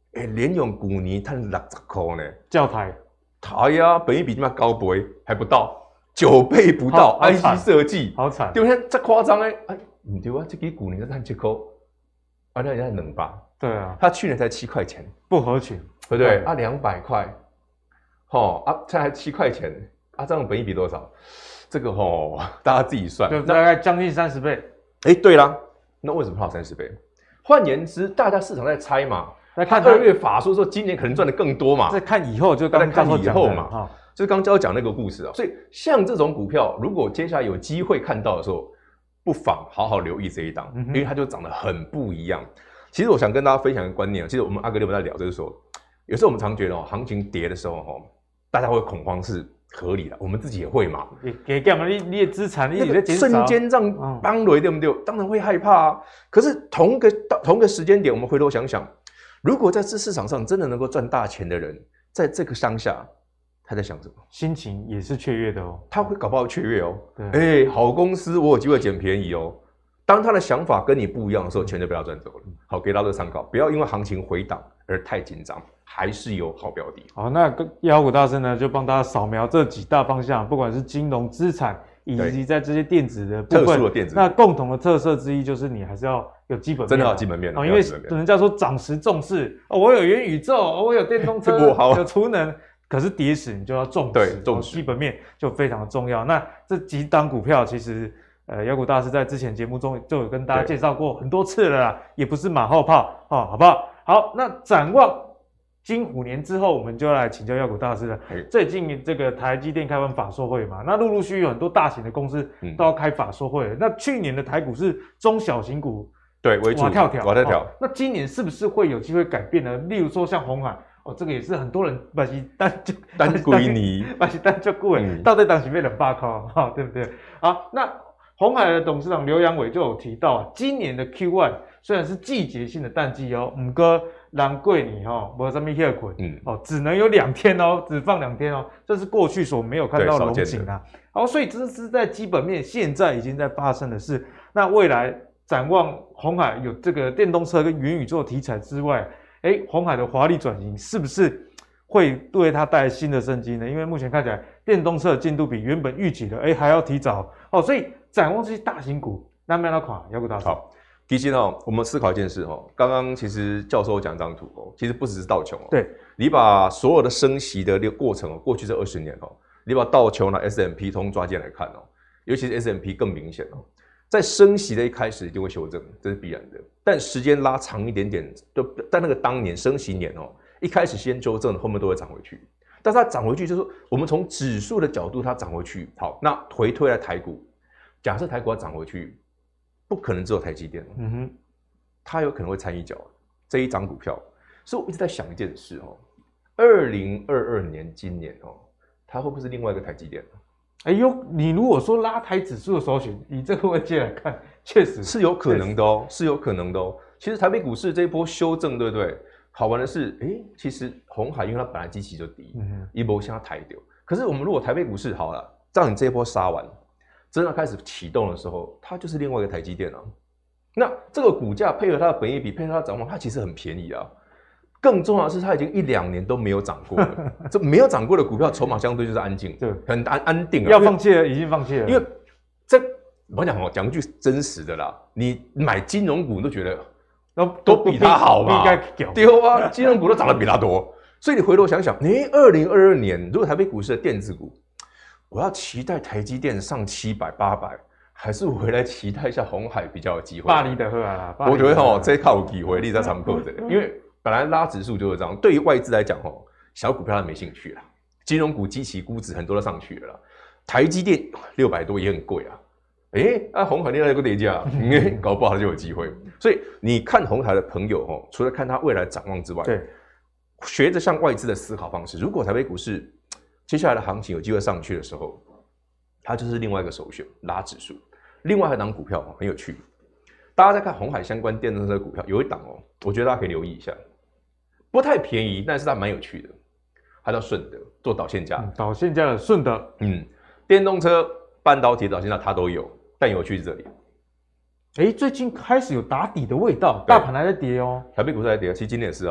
联咏股年赚60块呢， 教台本益比他妈高倍还不到9倍不到 ，IC 设计好惨， 对不对？这夸张哎，唔对啊，这个股年才赚7块，那人家能吧？ 对啊， 他去年才7块钱， 不合群， 对不对？200块，现在还7块钱，这样本益比多少？这个大家自己算， 就大概将近30倍。 对啦，那为什么它有30倍？换言之，大家市场在猜嘛， 来看 2月法说说今年可能赚的更多嘛， 再看以后就刚看以后嘛，就是刚教讲那个故事啊。所以像这种股票，如果接下来有机会看到的时候，不妨好好留意这一档，因为它就长得很不一样。其实我想跟大家分享一个观念，其实我们阿哥六在聊，就是说，有时候我们常觉得行情跌的时候大家会恐慌是合理的，我们自己也会嘛。 给干嘛？你的资产你在减少， 瞬间这样崩落，对不对？当然会害怕啊。可是同个时间点，我们回头想想，如果在这市场上真的能够赚大钱的人，在这个当下，他在想什么？ 心情也是雀跃的哦。 他会搞不好雀跃哦。对，好公司，我有机会捡便宜哦。当他的想法跟你不一样的时候，钱就被他赚走了。好，给大家这个参考，不要因为行情回档而太紧张，还是有好标的。 好，那妖股大师呢，就帮大家扫描这几大方向，不管是金融资产，以及在这些电子的部分， 特殊的电子， 那共同的特色之一就是你还是要有基本面， 真的要基本面因为人家说涨时重视，我有元宇宙，我有电动车，有储能。可是跌时你就要重视，重视基本面就非常的重要。那这几档股票其实，妖股大师在之前节目中就有跟大家介绍过很多次了啦，也不是马后炮好不好？好，那展望金虎年之后，我们就要来请教妖股大师了。最近这个台积电开完法说会嘛，那陆陆续续有很多大型的公司都要开法说会了。那去年的台股是中小型股为主， 跳跳，那今年是不是会有机会改变呢？例如说像鸿海。这个也是很多人把是单归你， 把是单就贵，到底当时被200块，对不对？好，那鸿海的董事长刘扬伟就有提到今年的 Q1 虽然是季节性的淡季不过人过年没什么休困，只能有2天只放2天这是过去所没有看到的龙井啊。好，所以这是在基本面现在已经在发生的事。那未来展望鸿海有这个电动车跟元宇宙题材之外。鸿海的华丽转型是不是会对它带来新的生机呢？因为目前看起来电动车的进度比原本预期的还要提早所以展望这些大型股，那么要看妖股大师。 好，其实我们思考一件事刚刚其实教授讲一张图其实不只是道琼对， 你把所有的升息的过程过去这20年你把道琼S&P 通抓进来看尤其是 S&P 更明显在升息的一开始一定会修正，这是必然的。但时间拉长一点点，就在那个当年升息年一开始先修正，后面都会涨回去。但是它涨回去，就是说我们从指数的角度它涨回去。好，那回推来台股，假设台股要涨回去，不可能只有台积电它有可能会掺一脚这一张股票。所以我一直在想一件事2022年今年它会不会是另外一个台积电？ 你如果说拉抬指数的首选，以这个位阶来看，确实是有可能的是有可能的其实台北股市这一波修正，对不对？好玩的是，其实鸿海因为它本来基期就低，一波向它抬掉。可是我们如果台北股市好了，让你这一波杀完，真的开始启动的时候，它就是另外一个台积电那这个股价配合它的本益比，配合它的展望，它其实很便宜更重要的是，它已经1-2年都没有涨过了。这没有涨过的股票，筹码相对就是安静， 对， 很安定要放弃了，已经放弃了。 因为这我讲一句真实的啦，你买金融股都觉得都比它好嘛，对啊，金融股都涨得比它多。所以你回头想想，2022年如果台北股市的电子股，我要期待台积电上700、800，还是回来期待一下鸿海比较有机会？ 巴黎的喝啦， 我觉得这靠有机会，你在参考的，因为。本来拉指数就是这样，对于外资来讲小股票他没兴趣啦，金融股基期估值很多都上去了啦，台积电600多也很贵鸿海另外一个跌价，搞不好就有机会。所以你看鸿海的朋友除了看他未来展望之外， 对， 学着像外资的思考方式，如果台北股市接下来的行情有机会上去的时候，它就是另外一个首选，拉指数。另外一档股票很有趣，大家在看鸿海相关电动车的股票，有一档我觉得大家可以留意一下。不太便宜，但是它蛮有趣的。它叫顺德，做导线架， 导线架的顺德， 电动车、半导体导线架它都有，但有趣是这里。 最近开始有打底的味道，大盘还在跌台北股市在跌，其实今年也是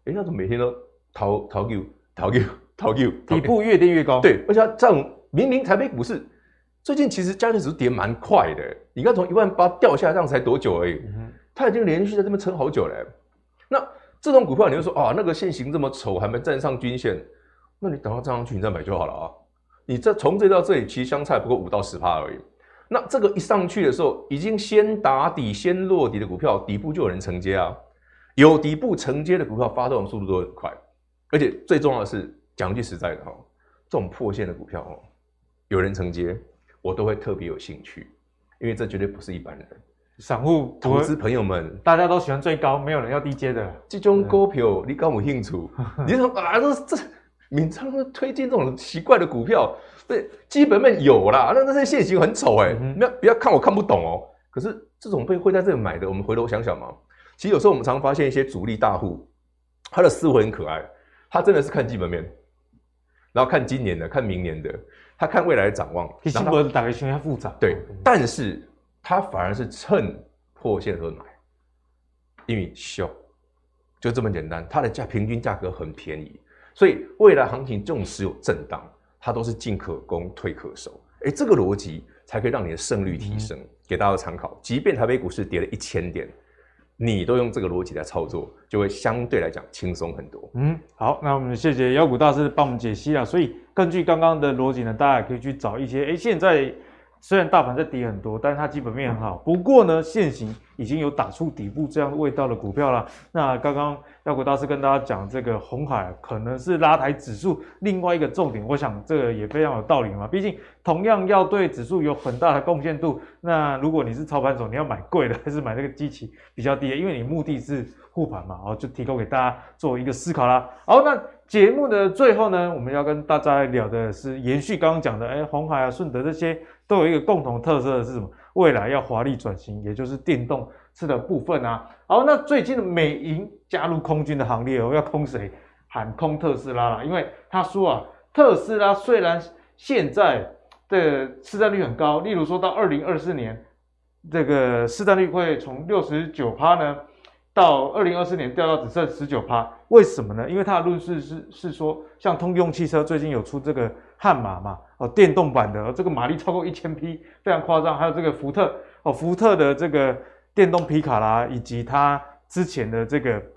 那种每天都逃 Q， 底部越跌越高。 对，而且它这种明明台北股市最近其实加权指数跌蛮快的，你看从18000掉下来，这样才多久而已，它已经连续在这边撑好久了。那这种股票你就说啊，那个线型这么丑，还没站上均线，那你等到站上去你再买就好了啊。你从这到这里其实相差不过5到10%而已。那这个一上去的时候，已经先打底、先落底的股票，底部就有人承接啊。有底部承接的股票，发动的速度都很快，而且最重要的是，讲句实在的哈，这种破线的股票哦，有人承接，我都会特别有兴趣，因为这绝对不是一般人。 散户投资朋友们， 大家都喜欢追高，没有人要低阶的。 这种股票你敢有兴趣？你说啊，这闵昌推荐这种奇怪的股票，对，基本面有啦，那些线型很丑不要看我看不懂哦。可是这种会在这里买的，我们回头想想嘛，其实有时候我们常发现一些主力大户，他的思维很可爱，他真的是看基本面，然后看今年的，看明年的，他看未来的展望。 其实我打个圈太复杂， 对，但是他反而是趁破线的时候买，因为小，就这么简单，它的平均价格很便宜。所以未来行情纵使有震荡，它都是进可攻退可守，这个逻辑才可以让你的胜率提升，给大家参考。即便台北股市跌了1000点，你都用这个逻辑来操作，就会相对来讲轻松很多。 好，那我们谢谢妖股大师帮我们解析啦。所以根据刚刚的逻辑呢，大家也可以去找一些，现在虽然大盘在跌很多，但是它基本面很好。不过呢，现行已经有打出底部这样味道的股票啦。那刚刚妖股大师跟大家讲，这个鸿海可能是拉抬指数另外一个重点，我想这个也非常有道理嘛。毕竟同样要对指数有很大的贡献度，那如果你是操盘手，你要买贵的还是买那个基期比较低的？因为你目的是护盘嘛，就提供给大家做一个思考啦。好，那节目的最后呢，我们要跟大家聊的是延续刚刚讲的，鸿海啊、顺德这些都有一个共同特色的是什么？未来要华丽转型，也就是电动车的部分啊。好，那最近的美银加入空军的行列要空谁？喊空特斯拉啦，因为他说啊，特斯拉虽然现在的市占率很高，例如说到2024年，这个市占率会从69%呢，到2024年掉到只剩19%。为什么呢？因为他的论述是说，像通用汽车最近有出这个悍马嘛，电动版的，这个马力超过1000匹，非常夸张。还有这个福特的这个电动皮卡啦，以及它之前的这个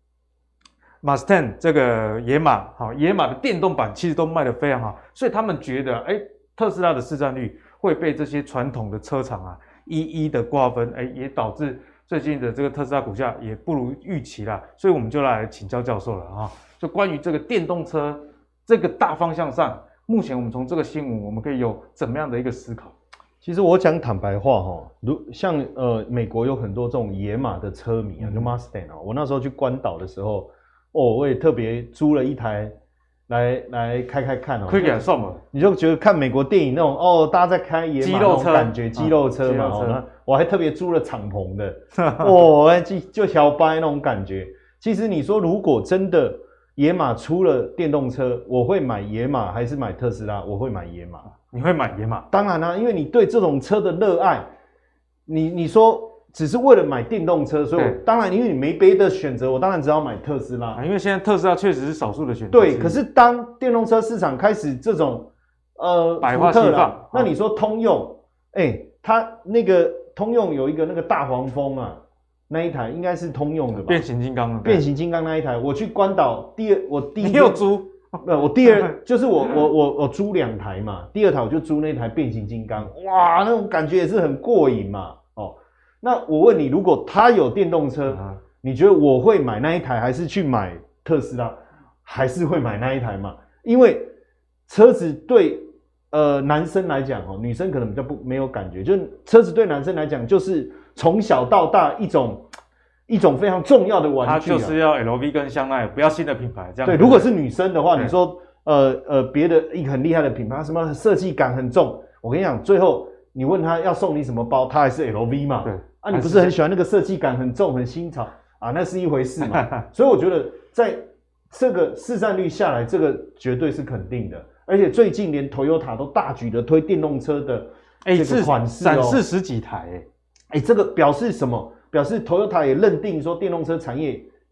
Mustang 这个野马，野马的电动版其实都卖得非常好，所以他们觉得，特斯拉的市占率会被这些传统的车厂啊一一的瓜分，也导致最近的这个特斯拉股价也不如预期啦。所以我们就来请教教授了啊，就关于这个电动车这个大方向上，目前我们从这个新闻我们可以有怎么样的一个思考？ 其实我讲坦白话像美国有很多这种野马的车迷就 Mustang 我那时候去关岛的时候，我也特别租了一台来开看可以给他送吗？ 你就觉得看美国电影那种大家在开野马那种感觉，肌肉车嘛，我还特别租了敞篷的，就小掰那种感觉。其实你说如果真的野马出了电动车，我会买野马还是买特斯拉？我会买野马。 你会买野马？当然啦，因为你对这种车的热爱，你说只是为了买电动车，所以当然因为你没别的选择，我当然只好买特斯拉。 因为现在特斯拉确实是少数的选择。 对，可是当电动车市场开始这种百花齐放， 那你说通用，它那个通用有一个那个大黄蜂啊，那一台应该是通用的吧？ 变形金刚那一台，我去关岛我第一你有租？ 我第二就是我租2台嘛，第2台我就租那台变形金刚，哇，那种感觉也是很过瘾嘛。那我问你，如果它有电动车，你觉得我会买那一台，还是去买特斯拉？还是会买那一台嘛？因为车子对男生来讲女生可能比较没有感觉，就是车子对男生来讲，就是从小到大一种非常重要的玩具， 它就是要 LV 跟香奈儿，不要新的品牌这样。 对，如果是女生的话，你说别的一个很厉害的品牌，什么设计感很重，我跟你讲，最后你问他要送你什么包，他还是 LV 嘛。 对啊，你不是很喜欢那个设计感很重、很新潮啊，那是一回事嘛。所以我觉得在这个市占率下来，这个绝对是肯定的。而且最近连 Toyota 都大举的推电动车的这个款式展示10几台这个表示什么？表示 Toyota 也认定说电动车产业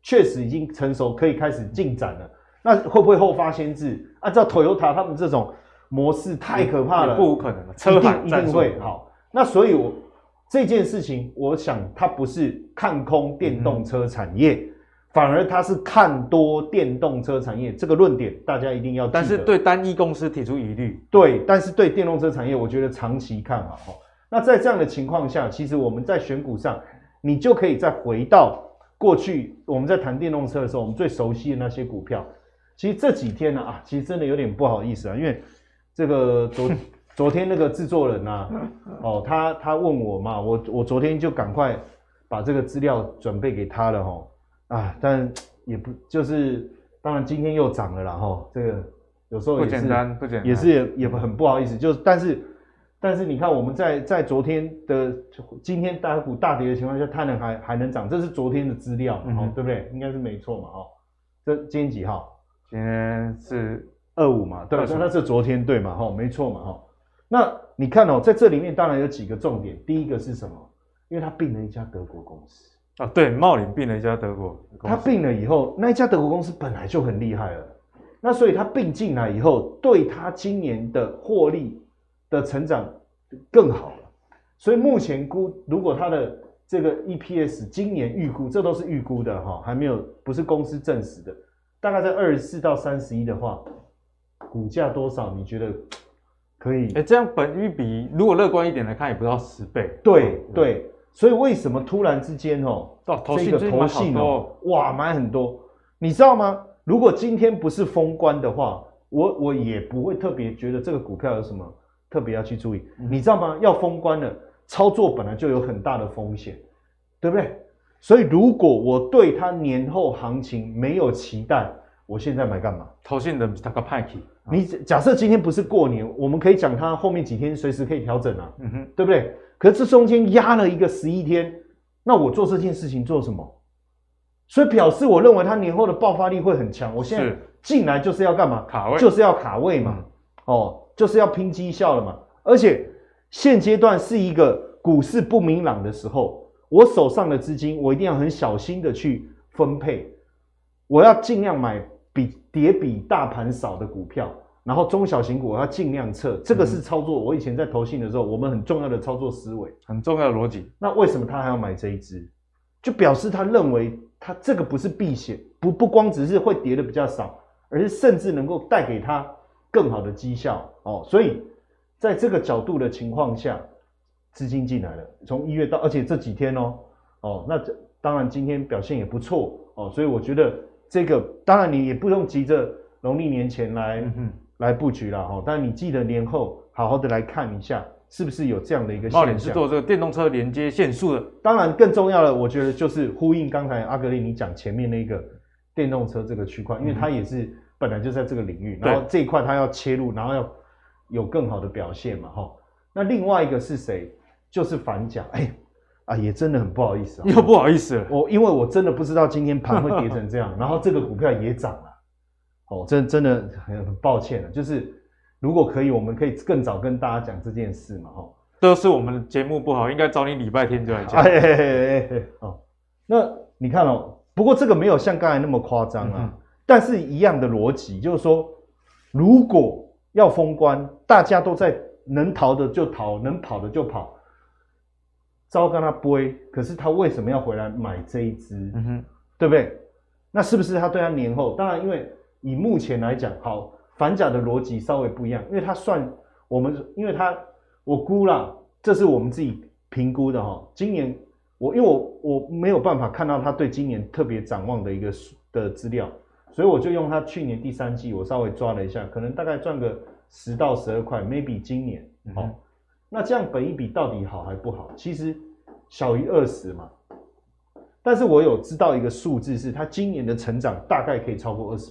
确实已经成熟，可以开始进展了。那会不会后发先至？按照 Toyota 他们这种模式太可怕了， 不可能了，车海一定会好。那所以这件事情，我想它不是看空电动车产业。反而它是看多电动车产业，这个论点大家一定要记得。 但是对单一公司提出疑虑， 对，但是对电动车产业，我觉得长期看好。那在这样的情况下，其实我们在选股上，你就可以再回到过去我们在谈电动车的时候，我们最熟悉的那些股票。其实这几天呢其实真的有点不好意思因为这个昨天那个制作人他问我嘛，我昨天就赶快把这个资料准备给他了但也不就是当然今天又涨了啦这个有时候也是不简单， 也是也很不好意思，就是但是你看我们在昨天的今天大股大跌的情况下，它还能涨，这是昨天的资料对不对？应该是没错嘛这今天几号？ 今天是 25嘛，对，那是昨天对嘛没错嘛那你看在这里面当然有几个重点，第一个是什么？因为他并了一家德国公司。 对，茂林并了一家德国公司， 他并了以后，那一家德国公司本来就很厉害了，那所以他并进来以后，对他今年的获利的成长更好了。所以目前如果他的这个 EPS 今年预估，这都是预估的还没有，不是公司证实的，大概在24到31的话，股价多少？你觉得可以？ 这样本益比如果乐观一点来看，也不到10倍。 对。所以为什么突然之间这个投信哇买很多，你知道吗？如果今天不是封关的话，我也不会特别觉得这个股票有什么特别要去注意。你知道吗？要封关了，操作本来就有很大的风险，对不对？所以如果我对它年后行情没有期待，我现在买干嘛？ 投信的大概派气。 你假设今天不是过年，我们可以讲它后面几天随时可以调整对不对？可是这中间压了一个11天，那我做这件事情做什么？所以表示我认为它年后的爆发力会很强。我现在进来就是要干嘛？ 卡位， 就是要卡位嘛。就是要拼绩效了嘛。而且现阶段是一个股市不明朗的时候，我手上的资金我一定要很小心的去分配，我要尽量买跌比大盘少的股票。然后中小型股我要尽量撤，这个是操作。我以前在投信的时候，我们很重要的操作思维， 很重要的逻辑。 那为什么他还要买这一支？就表示他认为他这个不是避险，不光只是会跌的比较少，而是甚至能够带给他更好的绩效所以在这个角度的情况下，资金进来了，从1月到，而且这几天那当然今天表现也不错所以我觉得这个当然你也不用急着农历年前来布局啦但你记得年后好好的来看一下，是不是有这样的一个现象。 茂林是做这个电动车连接线束的。 当然更重要的我觉得就是呼应刚才阿格力你讲前面那个电动车这个区块，因为它也是本来就在这个领域，然后这一块它要切入，然后要有更好的表现嘛那另外一个是谁？就是反甲也真的很不好意思又不好意思了， 因为我真的不知道今天盘会跌成这样然后这个股票也涨了真的很抱歉了，就是如果可以，我们可以更早跟大家讲这件事嘛都是我们的节目不好，应该找你礼拜天就来讲。 那你看不过这个没有像刚才那么夸张但是一样的逻辑，就是说，如果要封关，大家都在能逃的就逃，能跑的就跑，糟跟他背，可是他为什么要回来买这一支？对不对？那是不是他对他年后？当然，因为以目前来讲，反甲的逻辑稍微不一样，因为他算因为我估啦，这是我们自己评估的今年因为我没有办法看到他对今年特别展望的一个的资料，所以我就用他去年第3季我稍微抓了一下，可能大概赚个10到12块 ，maybe 今年那这样本益比到底好还不好？其实小于20嘛。但是我有知道一个数字，是它今年的成长大概可以超过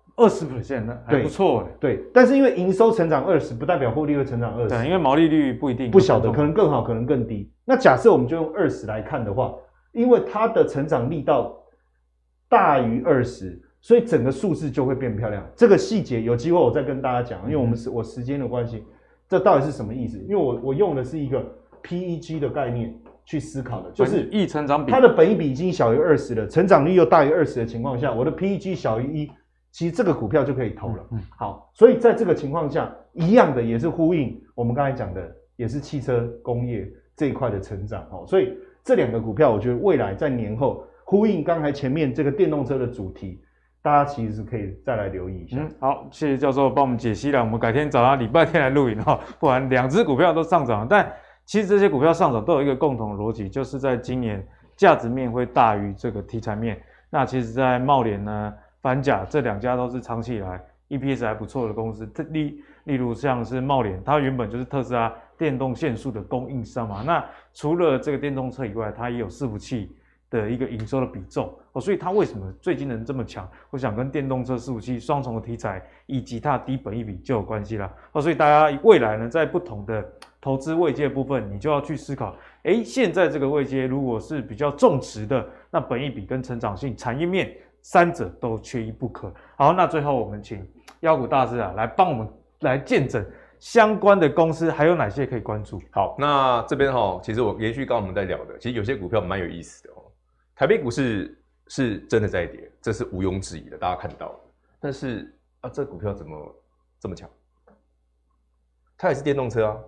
20%，那还不错对，但是因为营收成长20%，不代表获利会成长20%。 对，因为毛利率不一定， 不晓得，可能更好，可能更低。那假设我们就用20来看的话，因为它的成长力道大于20，所以整个数字就会变漂亮。这个细节有机会我再跟大家讲，因为我时间的关系，这到底是什么意思？因为我用的是一个 PEG 的概念。 去思考的，就是本益成长比， 它的本益比已经小于20了，成长率又大于20的情况下，我的 PEG 小于1，其实这个股票就可以投了。好，所以在这个情况下，一样的也是呼应我们刚才讲的，也是汽车工业这一块的成长。所以这2个股票，我觉得未来在年后呼应刚才前面这个电动车的主题，大家其实可以再来留意一下。 好，谢谢教授帮我们解析了。我们改天找他礼拜天来录影哈，不然2只股票都上涨了。但其实这些股票上涨都有一个共同的逻辑，就是在今年价值面会大于这个题材面。那其实在茂联呢、反甲这2家都是长期以来 EPS 还不错的公司。例如像是茂联，它原本就是特斯拉电动线束的供应商嘛。那除了这个电动车以外，它也有伺服器的一个营收的比重所以它为什么最近能这么强？我想跟电动车伺服器双重的题材以及它低本益比就有关系啦所以大家未来呢，在不同的投资位阶部分，你就要去思考，现在这个位阶如果是比较重质的，那本益比跟成长性、产业面3者都缺一不可。好，那最后我们请妖股大师来帮我们来见证相关的公司还有哪些可以关注。 好，那这边其实我延续刚刚我们在聊的，其实有些股票蛮有意思的台北股市是真的在跌，这是毋庸置疑的，大家看到了。但是这股票怎么这么强？它也是电动车啊。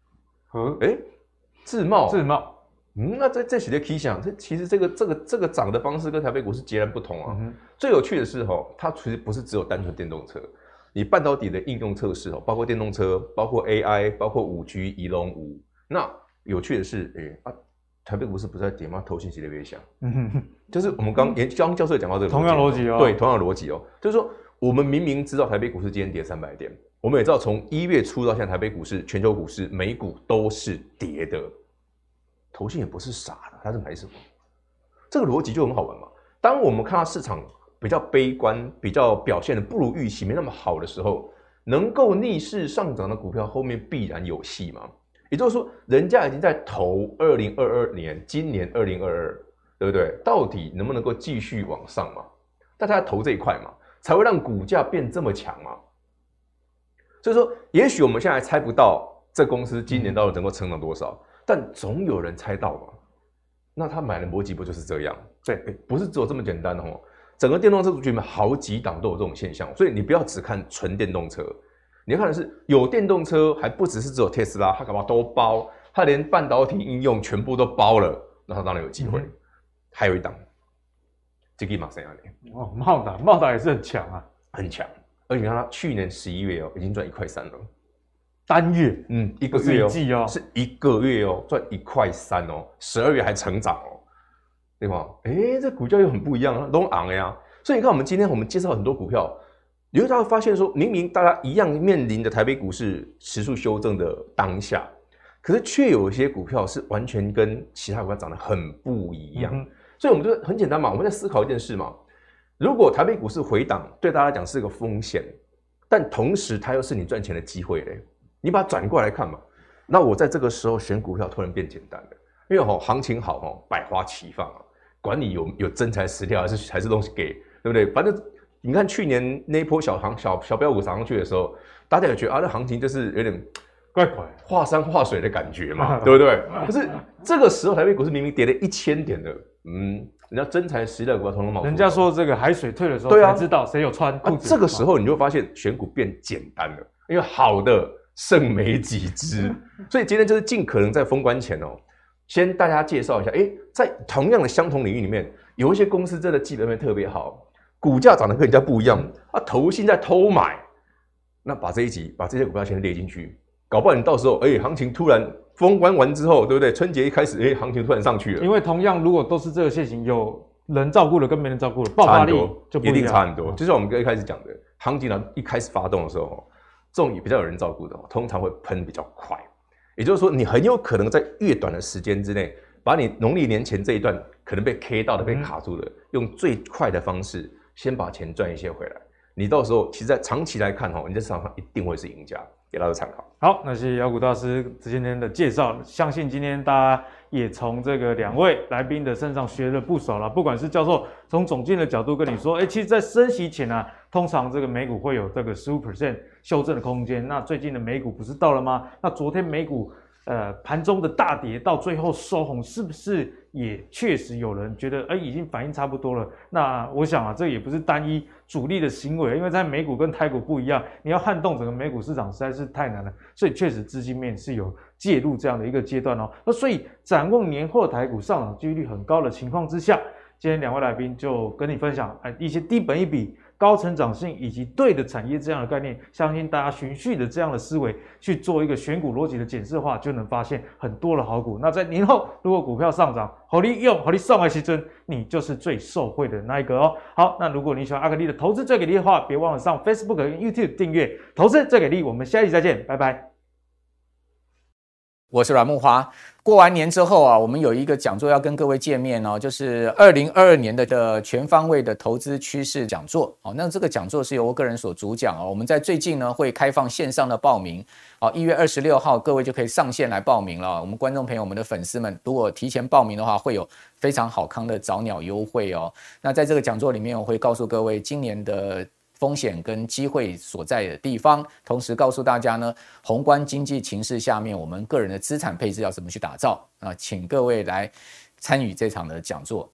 自贸，那这许的 key 想，其实这个涨的方式跟台北股市截然不同啊。最有趣的是它其实不是只有单纯电动车，你半导体的应用测试包括电动车，包括 AI， 包括5G、移龙5。那有趣的是，台北股市不是在跌吗？投信息的越响，就是我们刚教授讲到这个同样逻辑对，同样的逻辑就是说我们明明知道台北股市今天跌300点。我们也知道，从1月初到现在，台北股市、全球股市、美股都是跌的。投信也不是傻的，他是买什么？这个逻辑就很好玩嘛。当我们看到市场比较悲观、比较表现的不如预期、没那么好的时候，能够逆势上涨的股票后面必然有戏嘛。也就是说，人家已经在投2022年，今年2022，对不对？到底能不能够继续往上嘛？大家投这一块嘛，才会让股价变这么强嘛。所以说，也许我们现在猜不到这公司今年到底能够成长多少，但总有人猜到嘛。那他买的逻辑不就是这样？对，不是只有这么简单整个电动车族群好几档都有这种现象，所以你不要只看纯电动车，你要看的是有电动车，还不只是只有特斯拉，它干嘛都包，它连半导体应用全部都包了，那它当然有机会。还有一档，这个马上要来茂达也是很强啊， 很强。而且你看它去年11月已经赚1.3块了， 单月一个月是 1个月赚1.3块，12月还成长对吗？这股价又很不一样，都昂呀。所以你看，今天我们介绍很多股票，你会发现说，明明大家一样面临的台北股市持续修正的当下，可是却有一些股票是完全跟其他股票长得很不一样。所以我们就很简单嘛，我们在思考一件事嘛。如果台北股市回档，对大家讲是个风险，但同时它又是你赚钱的机会嘞。你把它转过来看嘛，那我在这个时候选股票突然变简单了，因为行情好百花齐放管你有真材实料还是东西给，对不对？反正你看去年那一波小标股涨上去的时候，大家也觉得那行情就是有点怪怪画山画水的感觉嘛，对不对？可是这个时候台北股市明明跌了1000点的，人家真材实料股票统统冒出来。 人家说这个海水退的时候才知道谁有穿裤子。 这个时候你就发现选股变简单了，因为好的剩没几只，所以今天就是尽可能在封关前先大家介绍一下，在同样的相同领域里面，有一些公司真的基本面特别好，股价涨得跟人家不一样，投信在偷买，那把这一集把这些股票先列进去，搞不好你到时候行情突然封关完之后，对不对？春节一开始行情突然上去了， 因为同样如果都是这个现形，有人照顾了跟没人照顾了，爆发力就不一样， 一定差很多。就像我们一开始讲的，行情一开始发动的时候，这种比较有人照顾的，通常会喷比较快。也就是说，你很有可能在越短的时间之内，把你农历年前这一段可能被 K 到的、被卡住的，用最快的方式先把钱赚一些回来。你到时候其实在长期来看你在市场上一定会是赢家，给大家参考。 好，那谢谢妖股大师今天的介绍，相信今天大家也从这个2位来宾的身上学了不少了。不管是教授从总经的角度跟你说，其实在升息前通常这个美股会有这个15% 修正的空间。那最近的美股不是到了吗？那昨天美股盘中的大跌到最后收红，是不是也确实有人觉得，已经反应差不多了？那我想啊，这也不是单一主力的行为，因为在美股跟台股不一样，你要撼动整个美股市场实在是太难了，所以确实资金面是有介入这样的一个阶段哦。那所以展望年后台股上涨几率很高的情况之下，今天2位来宾就跟你分享一些低本益比、高成长性以及对的产业这样的概念，相信大家循序的这样的思维去做一个选股逻辑的检视的话，就能发现很多的好股。那在年后如果股票上涨，好利用好利送来时阵，你就是最受惠的那一个哦。好，那如果你喜欢阿格力的投资最给力的话，别忘了上 Facebook 跟 YouTube 订阅投资最给力。我们下一集再见，拜拜。 我是阮慕骅。过完年之后啊，我们有一个讲座要跟各位见面哦，就是2022年的全方位的投资趋势讲座。那这个讲座是由我个人所主讲哦。我们在最近呢会开放线上的报名，1月26号各位就可以上线来报名了。我们观众朋友、我们的粉丝们，如果提前报名的话，会有非常好康的早鸟优惠哦。那在这个讲座里面，我会告诉各位今年的风险跟机会所在的地方，同时告诉大家呢，宏观经济情势下面我们个人的资产配置要怎么去打造啊，请各位来参与这场的讲座。